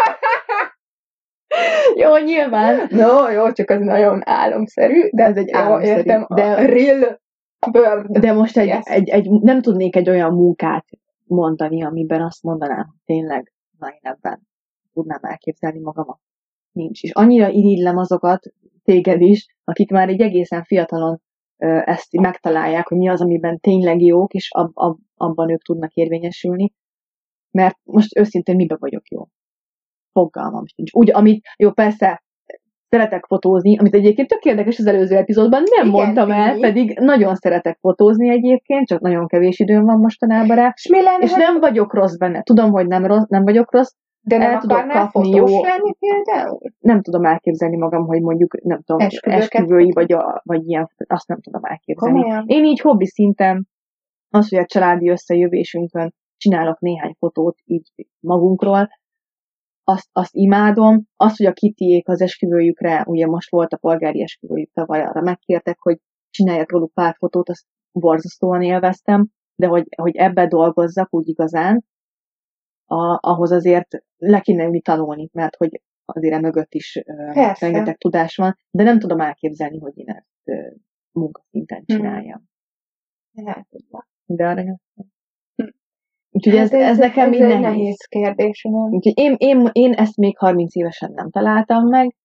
Jó, nyilván. No, jó, csak az nagyon álomszerű, de Ez egy jó, álomszerű, értem, de- a real world. De most Yes. nem tudnék egy olyan munkát mondani, amiben azt mondanám, hogy tényleg, na én ebben tudnám elképzelni magamat. Nincs. És annyira irigylem azokat, téged is, akik már egy egészen fiatalon ezt megtalálják, hogy mi az, amiben tényleg jók, és abban ők tudnak érvényesülni. Mert most őszintén miben vagyok jó? Fogalmam sincs. Úgy, amit, jó, persze, szeretek fotózni, amit egyébként tök érdekes az előző epizódban, nem Igen, mondtam el, Timi. pedig nagyon szeretek fotózni egyébként, csak nagyon kevés időm van mostanában rá, És mi lenne, és nem vagyok rossz benne. Tudom, hogy nem vagyok rossz, de nem el tudok akarnál kapni fotós jó- lenni például? nem tudom elképzelni magam, hogy mondjuk, nem tudom, Esküvőket esküvői, fotózni. vagy ilyen, azt nem tudom elképzelni. Komolyan? Én így hobbi szinten, az, hogy a családi összejövésünkön csinálok néhány fotót így magunkról, azt imádom. Azt, hogy a Kittyék az esküvőjükre, ugye most volt a polgári esküvőjük tavaly, arra megkértek, hogy csináljak róluk pár fotót, azt borzasztóan élveztem, de hogy ebbe dolgozzak úgy igazán, ahhoz azért le kéne ülni tanulni, mert hogy azért mögött is Persze. rengeteg tudás van, de nem tudom elképzelni, hogy én ezt munkaszinten csináljam. Nem tudom. De arra nem. Hm. Úgyhogy ez nekem ez így egy nehéz. nehéz kérdés. Nem? Úgyhogy én ezt még 30 évesen nem találtam meg,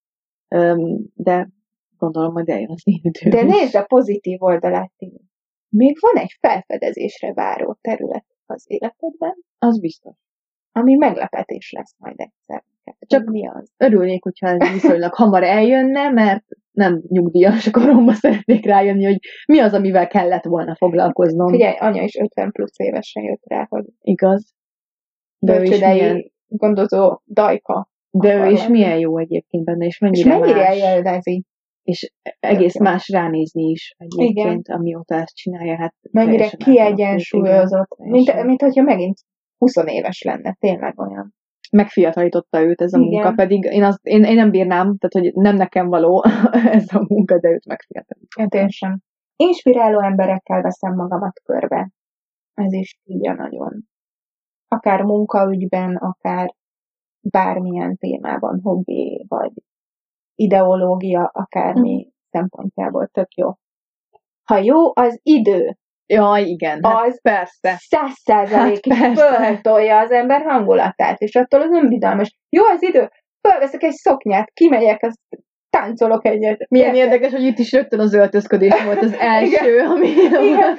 de gondolom, hogy eljön az én időm De is. nézd a pozitív oldalát, Timi. Még van egy felfedezésre váró terület az életedben, Az biztos. ami meglepetés lesz majd egyszer. Csak mi az? Örülnék, hogyha ez viszonylag hamar eljönne, mert nem nyugdíjas koromban szeretnék rájönni, hogy mi az, amivel kellett volna foglalkoznom. Figyelj, anya is 50 plusz évesen jött rá, hogy Igaz? De ő is bölcsődei milyen, gondozó dajka. de ő akar is lenni. milyen jó egyébként benne, és És mennyire mennyire más. élvezi, És egész jó. más ránézni is egyébként, amióta ezt csinálja. Hát mennyire teljesen átalakult, kiegyensúlyozott, igen. mint hogyha megint 20 éves lenne, tényleg olyan. Megfiatalította őt ez a Igen. munka, pedig én nem bírnám, tehát hogy nem nekem való ez a munka, de őt megfiatalította. Hát én sem. Inspiráló emberekkel veszem magamat körbe. Ez is tudja nagyon. Akár munkaügyben, akár bármilyen témában, hobbi, vagy ideológia, akármi szempontjából tök jó. Ha jó az idő, Jaj, igen, hát az persze. 100%-ig Hát persze. föltolja az ember hangulatát, és attól az önbizalmas. Jó az idő, fölveszek egy szoknyát, kimegyek, azt táncolok egyet. Milyen Érted? érdekes, hogy itt is rögtön az öltözködés volt az első, ami... Igen.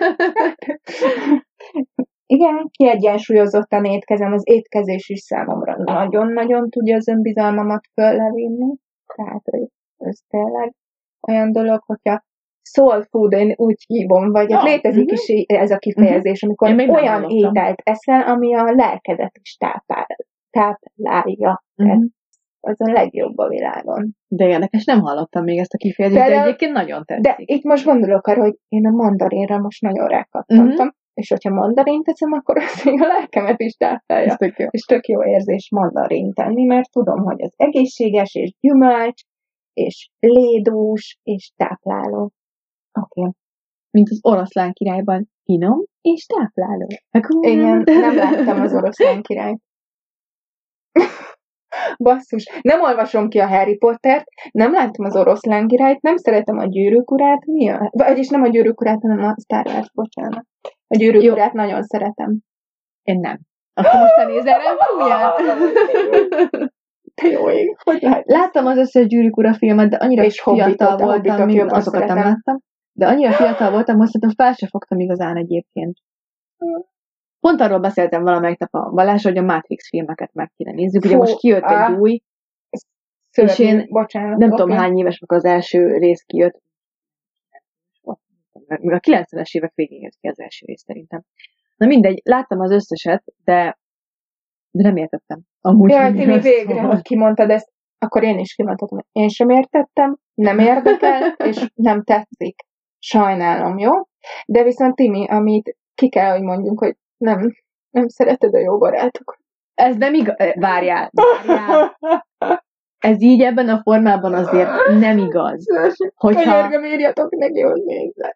Igen, kiegyensúlyozottan étkezem, az étkezés is számomra nagyon-nagyon tudja az önbizalmamat föllevinni. Tehát ez tényleg olyan dolog, hogyha soul food, én úgy hívom, vagy hát létezik is ez a kifejezés, amikor Én még nem olyan hallottam. ételt eszel, ami a lelkedet is táplálja. Tehát az a legjobb a világon. De érdekes, nem hallottam még ezt a kifejezést, de Például- egyébként nagyon tetszik. De itt most gondolok arra, hogy én a mandarinra most nagyon rákattantam, és hogyha mandarint teszem, akkor az még a lelkemet is táplálja. Ez tök jó. És tök jó érzés mandarint tenni, mert tudom, hogy az egészséges, és gyümölcs, és lédús, és tápláló. Oké. Mint az Oroszlán királyban, finom és tápláló. Igen, nem láttam az Oroszlán királyt. Basszus, nem olvasom ki a Harry Pottert, nem láttam az Oroszlán királyt, nem szeretem a Gyűrűk urát, mi a... Vagyis nem a Gyűrűk urát, hanem a Star Wars, bocsánat. A Gyűrűk urát nagyon szeretem. Én nem. Akkor most te nézel rám, fújjál! Te jó ég, hogy lehet? Láttam az összes Gyűrűk ura filmet, de annyira És fiatal Hobbitot, a voltam, Hobbitot még jobban azokat nem szeretem. láttam, de annyira fiatal voltam, hogy szerintem fel sem fogtam igazán egyébként. Pont arról beszéltem valamelyik nap a Balázs, hogy a Matrix filmeket meg kéne nézzük. Ugye Fú, most kijött egy új, Szörnyű, és én bocsánat. nem oké. tudom hány éves, amikor az első rész kijött. Még a 90-es évek végén jött ki az első rész szerintem. Na mindegy, láttam az összeset, de De nem értettem. Amúgy jaj, Timi, végre, hogy kimondtad ezt, akkor én is kimondhatom, hogy én sem értettem, nem érdekel, és nem tetszik. Sajnálom, jó? De viszont Timi, amit ki kell, hogy mondjunk, hogy nem szereted a jó barátokat. Ez nem igaz. Várjál. Ez így ebben a formában azért nem igaz. Könyörgöm, írjatok neki, hogy nézze.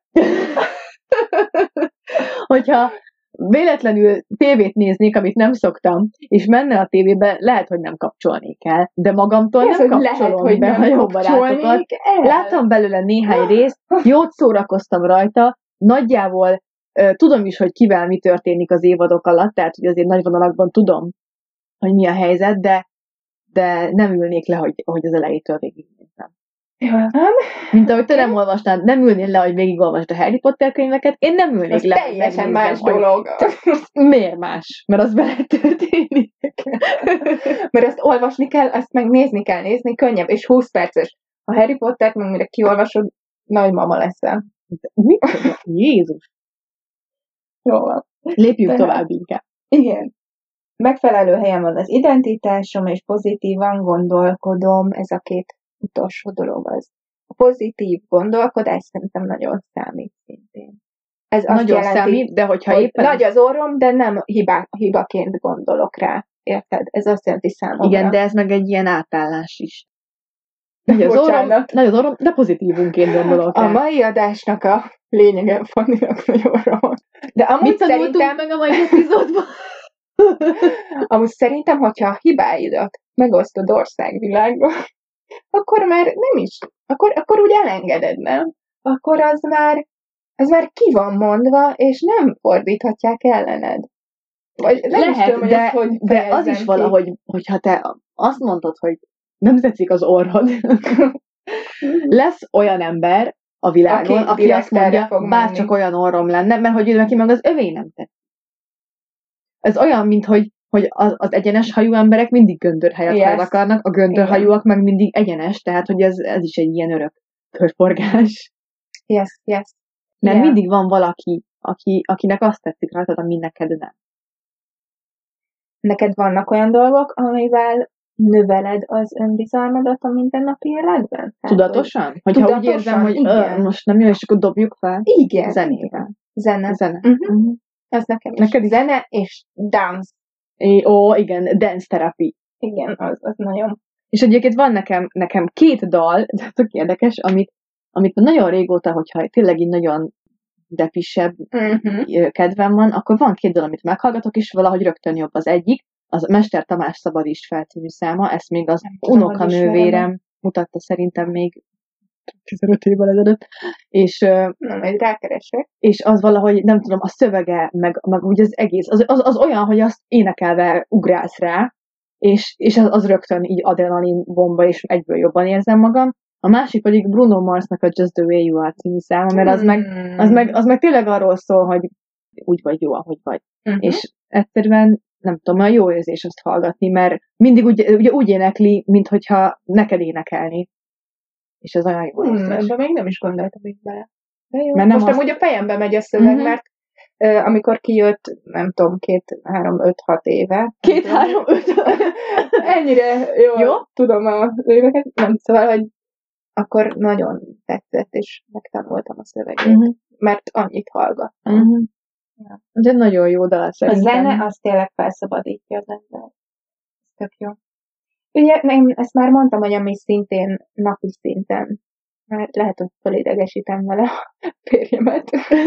Hogyha véletlenül tévét néznék, amit nem szoktam, és menne a tévébe, lehet, hogy nem kapcsolnék el. De magamtól nem kapcsolom be a jó barátokat. Láttam belőle néhány részt, jót szórakoztam rajta, nagyjából tudom is, hogy kivel mi történik az évadok alatt, tehát hogy azért nagy vonalakban tudom, hogy mi a helyzet, de nem ülnék le, hogy az elejétől végignézem. Mint ahogy te nem olvasnád, nem ülnél le, hogy végigolvasd a Harry Potter könyveket, én nem ülnék az le. Teljesen más dolog. Miért más? Mert az bele történik. Mert azt olvasni kell, azt meg nézni kell, könnyebb, és 20 perces. A Harry Pottert, meg mire kiolvasod, nagymama leszel. Mit? Jézus! Jó van. Lépjünk tovább inkább. Igen. Megfelelő helyen van az identitásom, és pozitívan gondolkodom, ez a két utolsó dolog az. A pozitív gondolkodás szerintem nagyon számít szintén. Ez azt nagyon jelenti, számít, de hogyha hogy éppen... nagy az orrom, de nem hibaként gondolok rá. Érted? Ez azt jelenti számomra. Igen, de ez meg egy ilyen átállás is. Nagy az orrom, de pozitívunként gondolok rá. A mai adásnak a lényege Fanninak nagy orrom. De amúgy mit tanultunk meg a mai epizódban? Amúgy szerintem, hogyha a hibáidat megosztod országvilágban, akkor már nem is, akkor úgy elengeded, nem? Akkor az már ki van mondva, és nem fordíthatják ellened. Vagy nem lehet, is tudom, de, hogy de az is valahogy, hogyha te azt mondod, hogy nem tetszik az orrod, lesz olyan ember a világon, aki azt mondja, bárcsak olyan orrom lenne, mert hogy ő neki meg az övé nem tetszik. Ez olyan, mint hogy az egyenes hajú emberek mindig göndörhelyet akarnak, a göndörhajúak meg mindig egyenes, tehát hogy ez is egy ilyen örök körforgás. Yes. Mert mindig van valaki, akinek azt tetszik rajtad, ami neked nem. Neked vannak olyan dolgok, amivel növeled az önbizalmadat a mindennapi életben? Tudatosan? Hogyha úgy érzem, hogy most nem jó, és akkor dobjuk fel? Igen. Zenével. Zene. Uh-huh. Az nekem zene és dance. Igen, dance therapy. Igen, az nagyon. És egyébként van nekem 2 dal, de tök érdekes, amit nagyon régóta, hogyha tényleg így nagyon depisebb kedvem van, akkor van 2 dal, amit meghallgatok, és valahogy rögtön jobb. Az egyik, az Mester Tamás Szabadítsd fel című száma, ezt még az unokanővérem mutatta szerintem még 15 évvel ezelőtt, és majd rákeresek. És az valahogy, nem tudom, a szövege, meg úgy az egész, az olyan, hogy azt énekelve ugrálsz rá, és az rögtön így adrenalin bomba, és egyből jobban érzem magam. A másik pedig Bruno Marsnak a Just the Way You Are című száma, mert az meg tényleg arról szól, hogy úgy vagy jó, ahogy vagy. És egyszerűen, nem tudom, a jó érzés azt hallgatni, mert mindig úgy énekli, minthogyha neked énekelni. És ez olyan jó érzés. Ebben még nem is gondoltam így bele. Most amúgy a fejembe megy a szöveg, mert amikor kijött, nem tudom, 2-3-5-6 éve. 2-3-5? Ennyire jó? Tudom a éveket. Nem, szóval, hogy akkor nagyon tetszett, és megtanultam a szöveget. Mert annyit hallgattam. Ja. De nagyon jó dal szerintem. A zene az tényleg felszabadítja az ember. Ez tök jó. Ugye, én ezt már mondtam, hogy ami szintén napi szinten, már lehet, hogy fölidegesítem vele a férjemet.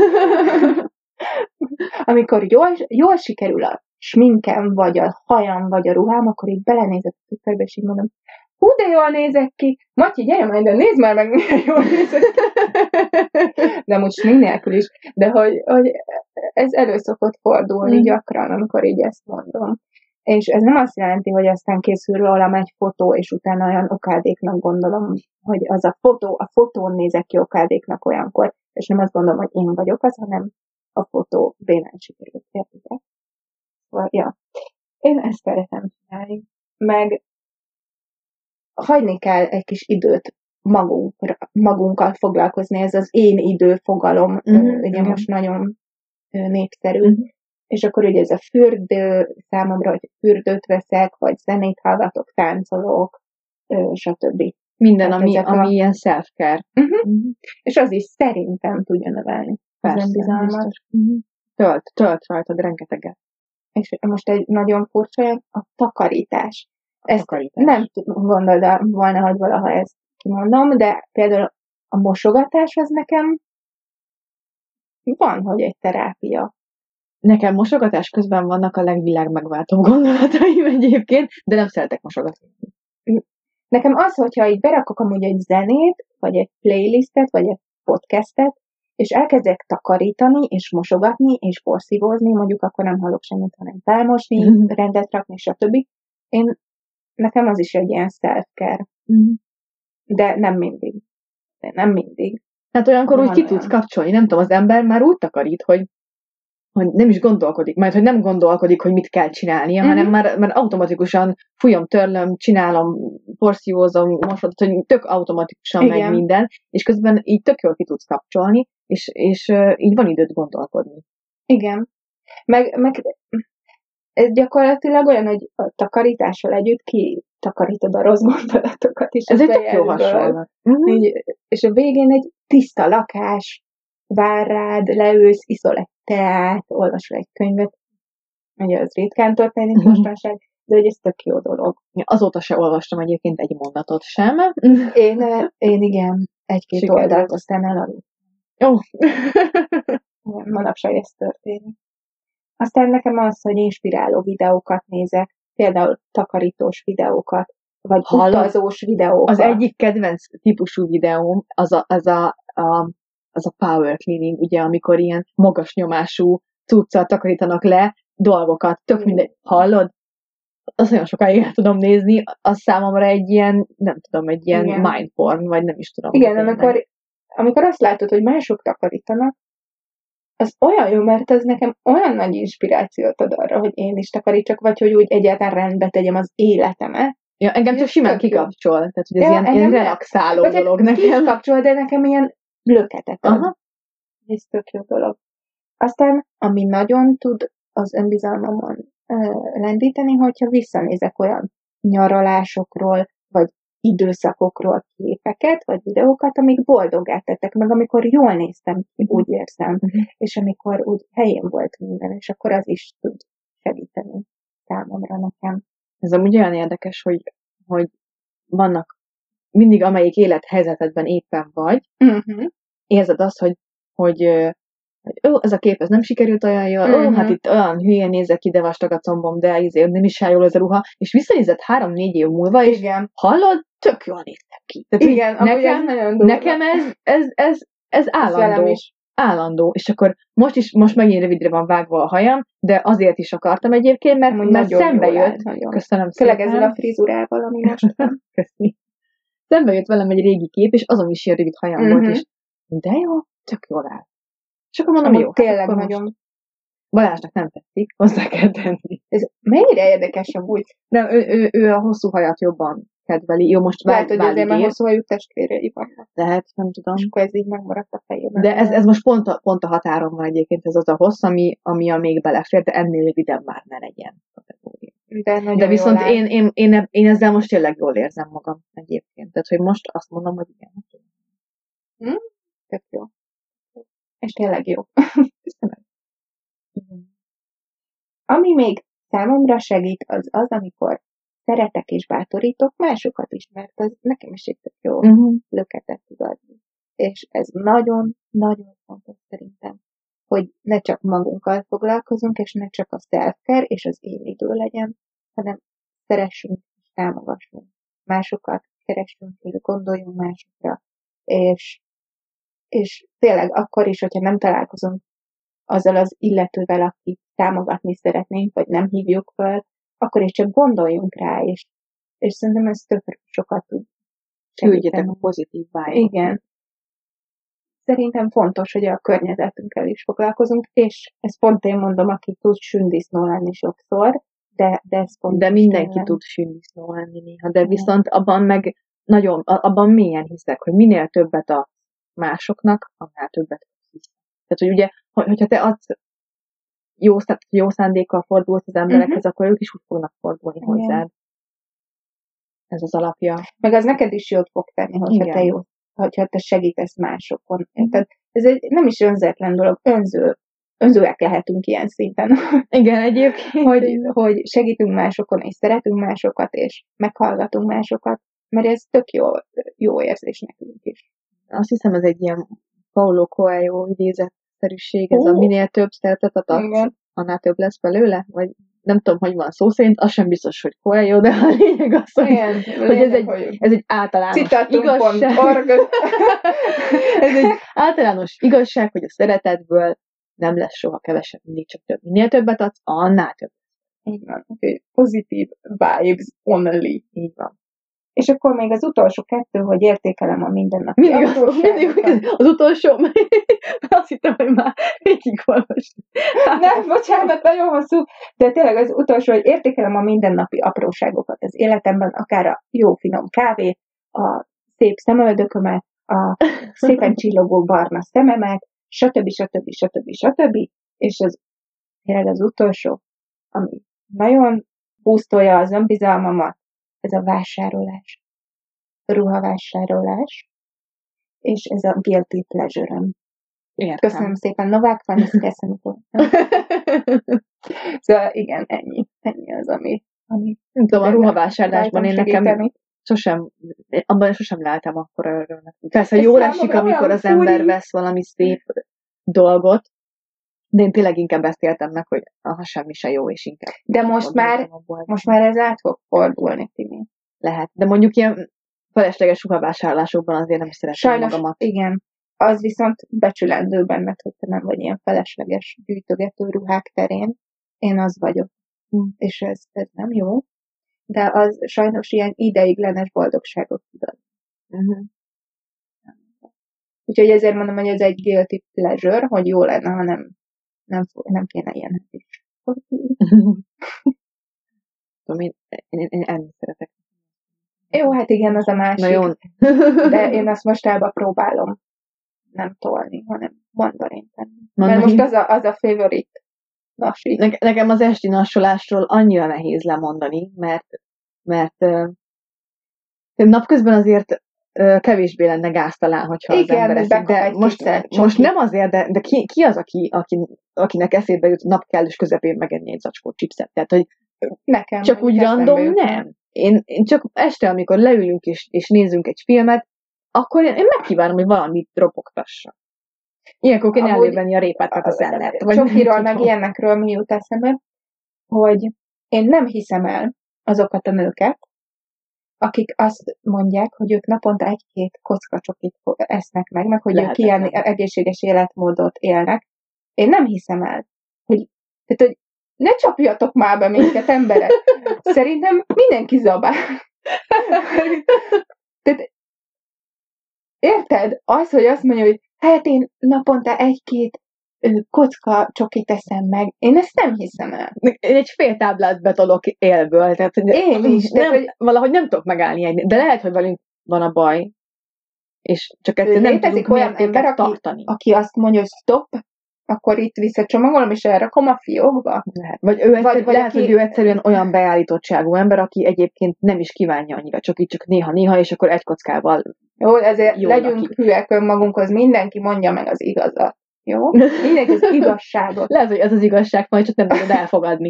Amikor jól sikerül a sminkem, vagy a hajam, vagy a ruhám, akkor így belenézek a tükörbe, és így mondom, hú, de jól nézek ki! Matyi, gyere majd, de nézd már meg, milyen jól nézek ki! De amúgy smink nélkül is. De hogy ez elő szokott fordulni gyakran, amikor így ezt mondom. És ez nem azt jelenti, hogy aztán készül rólam egy fotó, és utána olyan okádéknak gondolom, hogy az a fotón nézek ki okádéknak olyankor, és nem azt gondolom, hogy én vagyok az, hanem a fotó bénán sikerült, értitek? Szóval, ja. Én ezt szeretem csinálni. Meg hagyni kell egy kis időt magunkkal foglalkozni, ez az én idő fogalom, ugye most nagyon népszerű, és akkor ugye ez a fürdő számomra, hogy fürdőt veszek, vagy zenét hallgatok, táncolok, stb. Minden, ami ilyen self-care. És az is szerintem tudja növelni az önbizalmat. Tölt rajtad rengeteget. És most egy nagyon furcsa, a takarítás. Ezt nem gondoltam volna, hogy valaha ezt kimondom, de például a mosogatás az nekem van, hogy egy terápia. Nekem mosogatás közben vannak a legvilág megváltó gondolataim egyébként, de nem szeretek mosogatni. Nekem az, hogyha így berakok amúgy egy zenét, vagy egy playlistet, vagy egy podcastet, és elkezdek takarítani, és mosogatni, és porszívózni, mondjuk akkor nem hallok semmit, hanem felmosni, rendet rakni, stb. Nekem az is egy ilyen self-care. De nem mindig. Hát olyankor úgy ki tudsz kapcsolni, nem tudom, az ember már úgy takarít, hogy nem is gondolkodik, mert hogy nem gondolkodik, hogy mit kell csinálnia, hanem már automatikusan fújom, törlöm, csinálom, porszívózom, mosod, hogy tök automatikusan megy minden, és közben így tök jól ki tudsz kapcsolni, és így van időt gondolkodni. Igen. Meg ez gyakorlatilag olyan, hogy a takarítással együtt kitakarítod a rossz gondolatokat is. Ez egy tök jó hasonlat. És a végén egy tiszta lakás vár rád, leülsz, iszol egy teát, olvasol egy könyvet. Ugye az ritkán történik mostanság, de hogy ez tök jó dolog. Azóta se olvastam egyébként egy mondatot sem. Én igen, egy-két oldalt, aztán elaludtam. Jó. Manapság ez történik. Aztán nekem az, hogy inspiráló videókat nézek, például takarítós videókat, vagy utazós videókat. Az egyik kedvenc típusú videóm az a power cleaning, ugye, amikor ilyen magas nyomású cuccal takarítanak le dolgokat, tök mindegy. Hallod? Azt nagyon sokáig el tudom nézni, az számomra egy ilyen, nem tudom, egy ilyen mindporn, vagy nem is tudom. Igen, amikor azt látod, hogy mások takarítanak, az olyan jó, mert ez nekem olyan nagy inspirációt ad arra, hogy én is takarítsak, vagy hogy úgy egyáltalán rendbe tegyem az életemet. Ja, engem csak simán kikapcsol, tehát hogy ez ilyen relaxáló dolog nekem. Kikapcsol, de nekem ilyen löketet ad. Ez tök jó dolog. Aztán, ami nagyon tud az önbizalmamon lendíteni, hogyha visszanézek olyan nyaralásokról, vagy időszakokról képeket, vagy videókat, amik boldoggá tettek meg, amikor jól néztem ki, úgy érzem, és amikor úgy helyén volt minden, és akkor az is tud segíteni számomra nekem. Ez amúgy olyan érdekes, hogy vannak mindig, amelyik élethelyzetedben éppen vagy, érzed azt, hogy ez a kép, ez nem sikerült olyan jól, hát itt olyan hülyén nézek ki, de vastag a combom, de nem is áll jól ez a ruha, és visszanézed 3-4 év múlva, és hallod, tök jól néztem ki. Tehát nekem ez állandó. Állandó. És akkor most megint rövidre van vágva a hajam, de azért is akartam egyébként, mert szembe jött. Köszönöm szépen. Főleg ezzel a frizurával, ami most van. Köszönöm. Szembe jött velem egy régi kép, és azon is ilyen rövid hajam volt, és de jó, tök jól áll. És akkor mondom, jó. Tényleg nagyon. Balázsnak nem tetszik, hozzá kell tenni. Ez mennyire érdekes amúgy? Nem, ő a hosszú hajat jobban kedveli. Jó, most lehet, hogy azért már hosszú hajú testvérei vannak. Lehet, nem tudom. És akkor ez így megmaradt a fejében. De ez most pont a határon van egyébként, ez az a hossz, ami a még belefér, de ennél rövidebb már ne legyen kategória. De viszont én ezzel most tényleg jól érzem magam egyébként. Tehát, hogy most azt mondom, hogy igen. Tök jó. És tényleg jó. Ami még számomra segít, az, amikor szeretek és bátorítok másokat is, mert az nekem is egy tök jó löketet tud adni. És ez nagyon-nagyon fontos szerintem, hogy ne csak magunkkal foglalkozunk, és ne csak a self-care és az én idő legyen, hanem szeressünk és támogassunk másokat, keressünk és gondoljunk másokra, és tényleg akkor is, hogyha nem találkozunk azzal az illetővel, akit támogatni szeretnénk, vagy nem hívjuk fel, akkor is csak gondoljunk rá, és szerintem ez tök sokat tud küldjetek a pozitív vibe-ot. Igen. Szerintem fontos, hogy a környezetünkkel is foglalkozunk, és ezt pont én mondom, aki tud sündisznó lenni sokszor, de ez fontos. De mindenki tud sündisznó lenni néha, de viszont abban mélyen hiszek, hogy minél többet a másoknak, annál többet hisz. Tehát, hogy ugye, hogyha te adsz jó szándékkal fordulsz az emberekhez, akkor ők is úgy fognak fordulni hozzád. Ez az alapja. Meg az neked is jót fog tenni, hogyha te segítesz másokon. Tehát ez nem is önzetlen dolog, önzőek lehetünk ilyen szinten. Igen, egyébként. Hogy segítünk másokon, és szeretünk másokat, és meghallgatunk másokat, mert ez tök jó érzés nekünk is. Azt hiszem, ez egy ilyen Paulo Coelho idézetszerűség, ez a minél több szeretetet adsz, annál több lesz belőle, vagy nem tudom, hogy van szó szerint, az sem biztos, hogy Coelho, de a lényeg az, hogy ez egy általános igazság. Ez egy általános igazság, hogy a szeretetből nem lesz soha kevesebb, mindig csak több. Minél többet adsz, annál több. Így van. Okay. Pozitív vibes only. Így van. És akkor még az utolsó 2, hogy értékelem a mindennapi mindig az utolsó, azt hittem, hogy már végig olvastam. Nem, bocsánat, nagyon hosszú, de tényleg az utolsó, hogy értékelem a mindennapi apróságokat az életemben, akár a jó finom kávét, a szép szemöldökömet, a szépen csillogó barna szememet, stb. És tényleg az utolsó, ami nagyon boostolja az önbizalmamat, ez a vásárolás, ruhavásárolás, és ez a guilty pleasure-öm. Köszönöm szépen, Novák van, ezt kezdem. Szóval igen, ennyi az, ami nem tudom, a ruhavásárlásban én nekem abban sosem láttam akkora örömnek. Persze jól esik, amikor az ember vesz valami szép dolgot, de én tényleg inkább ezt éltem meg, hogy semmi se jó, és inkább. De most már ez át fog fordulni, Timi. Lehet, de mondjuk ilyen felesleges ruhavásárlásokban azért nem szeretem magamat. Igen. Az viszont becsülendő benned, hogy te nem vagy ilyen felesleges gyűjtögető ruhák terén. Én az vagyok. És ez nem jó. De az sajnos ilyen ideiglenes boldogságot tud adni. Úgyhogy ezért mondom, hogy ez egy guilty pleasure, hogy jó lenne, ha nem kéne ilyenek is. Én ennyit szeretek. Jó, hát igen, az a másik. Na jó. De én azt mostában próbálom nem tolni, hanem mandarint tenni. Mert most az a favorite nasi. Nekem az esti nassolásról annyira nehéz lemondani, mert napközben azért kevésbé lenne gáz talán, hogyha az ember eszik. De most nem azért, de ki az, akinek eszébe jut napkellős közepén megenni egy zacskó chipset? Tehát, hogy nekem csak úgy random, nem. Én csak este, amikor leülünk és nézzünk egy filmet, akkor én megkívánom, hogy valamit ropogtassa. Ilyenkor kéne elővenni a répát, meg a zellert. Csokiról, meg ilyenekről mi jut eszembe, hogy én nem hiszem el azokat a nőket, akik azt mondják, hogy ők naponta 1-2 kocka csokit esznek meg hogy ők ilyen egészséges életmódot élnek. Én nem hiszem el, hogy ne csapjatok már be minket, emberek. Szerintem mindenki zabál. Tehát, érted? Az, hogy azt mondja, hogy hát én naponta 1-2 kocka csokit eszem meg. Én ezt nem hiszem el. Én egy fél táblát betolok élből. Tehát, én is. Valahogy nem tudok megállni. De lehet, hogy velünk van a baj. És csak ezt nem tudunk olyan ember, tartani. Aki azt mondja, hogy stop, akkor itt visszacsomagolom, és elrakom a fiókba. Lehet. Hogy ő egyszerűen olyan beállítottságú ember, aki egyébként nem is kívánja annyira, csak néha-néha, és akkor egy kockával. Jó, ezért legyünk hülyek önmagunkhoz, mindenki mondja meg az igazat. Jó? Mindenki az igazságot. Lehet, hogy ez az igazság, majd csak nem tudod elfogadni.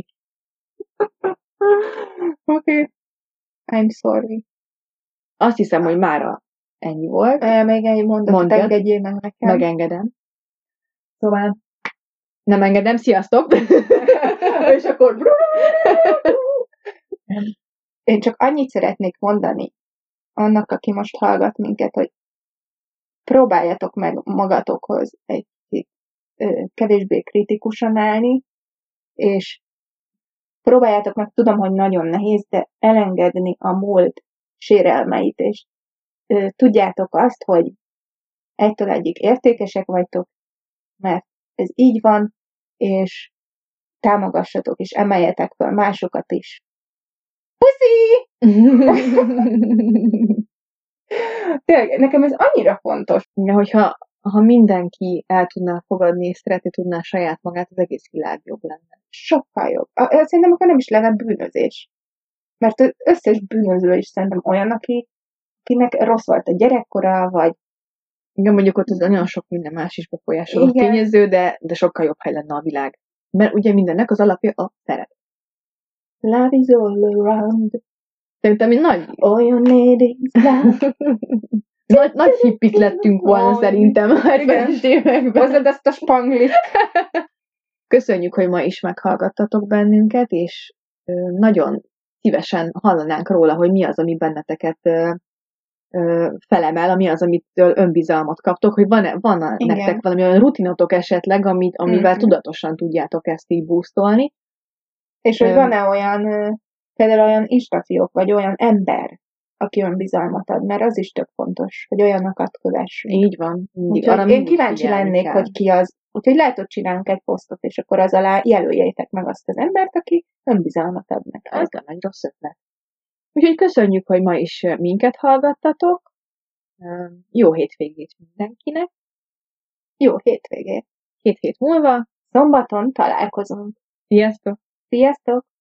Oké. I'm sorry. Azt hiszem, hogy mára ennyi volt. Még egy mondatot engedjél meg nekem. Megengedem. Szóval nem engedem, sziasztok! És akkor... Én csak annyit szeretnék mondani annak, aki most hallgat minket, hogy próbáljatok meg magatokhoz egy kevésbé kritikusan állni, és próbáljátok meg, tudom, hogy nagyon nehéz, de elengedni a múlt sérelmeit, és tudjátok azt, hogy egytől egyig értékesek vagytok, mert ez így van, és támogassatok, és emeljetek fel másokat is. Puszi! Tényleg, nekem ez annyira fontos. Ja, hogyha ha mindenki el tudná fogadni és szeretni tudná saját magát, az egész világ jobb lenne. Sokkal jobb. Szerintem akkor nem is lenne bűnözés. Mert az összes bűnöző is szerintem olyan, akinek rossz volt a gyerekkora, vagy igen, mondjuk ott az nagyon sok minden más is befolyásoló tényező, de sokkal jobb hely lenne a világ. Mert ugye mindennek az alapja a szeretet. Love is all around. Szerintem egy nagy... All you need is love. Nagy hippik lettünk volna szerintem a 70-es években. Hozzad ezt a spanglit. Köszönjük, hogy ma is meghallgattatok bennünket, és nagyon szívesen hallanánk róla, hogy mi az, ami benneteket felemel, mi az, amitől önbizalmat kaptok, hogy van nektek valami olyan rutinotok esetleg, amivel tudatosan tudjátok ezt így boostolni. És hogy van-e olyan, például olyan instafiók, vagy olyan ember, aki önbizalmat ad, mert az is tök fontos, hogy olyanokat kövessünk. Így van. Úgyhogy én kíváncsi lennék, hogy ki az. Úgyhogy lehet, hogy csinálunk egy posztot, és akkor az alá jelöljétek meg azt az embert, aki önbizalmat ad nektek. Ez nem egy rossz ötlet. Úgyhogy köszönjük, hogy ma is minket hallgattatok. Jó hétvégét mindenkinek. Jó hétvégét. 2 hét múlva. Szombaton találkozunk. Sziasztok! Sziasztok!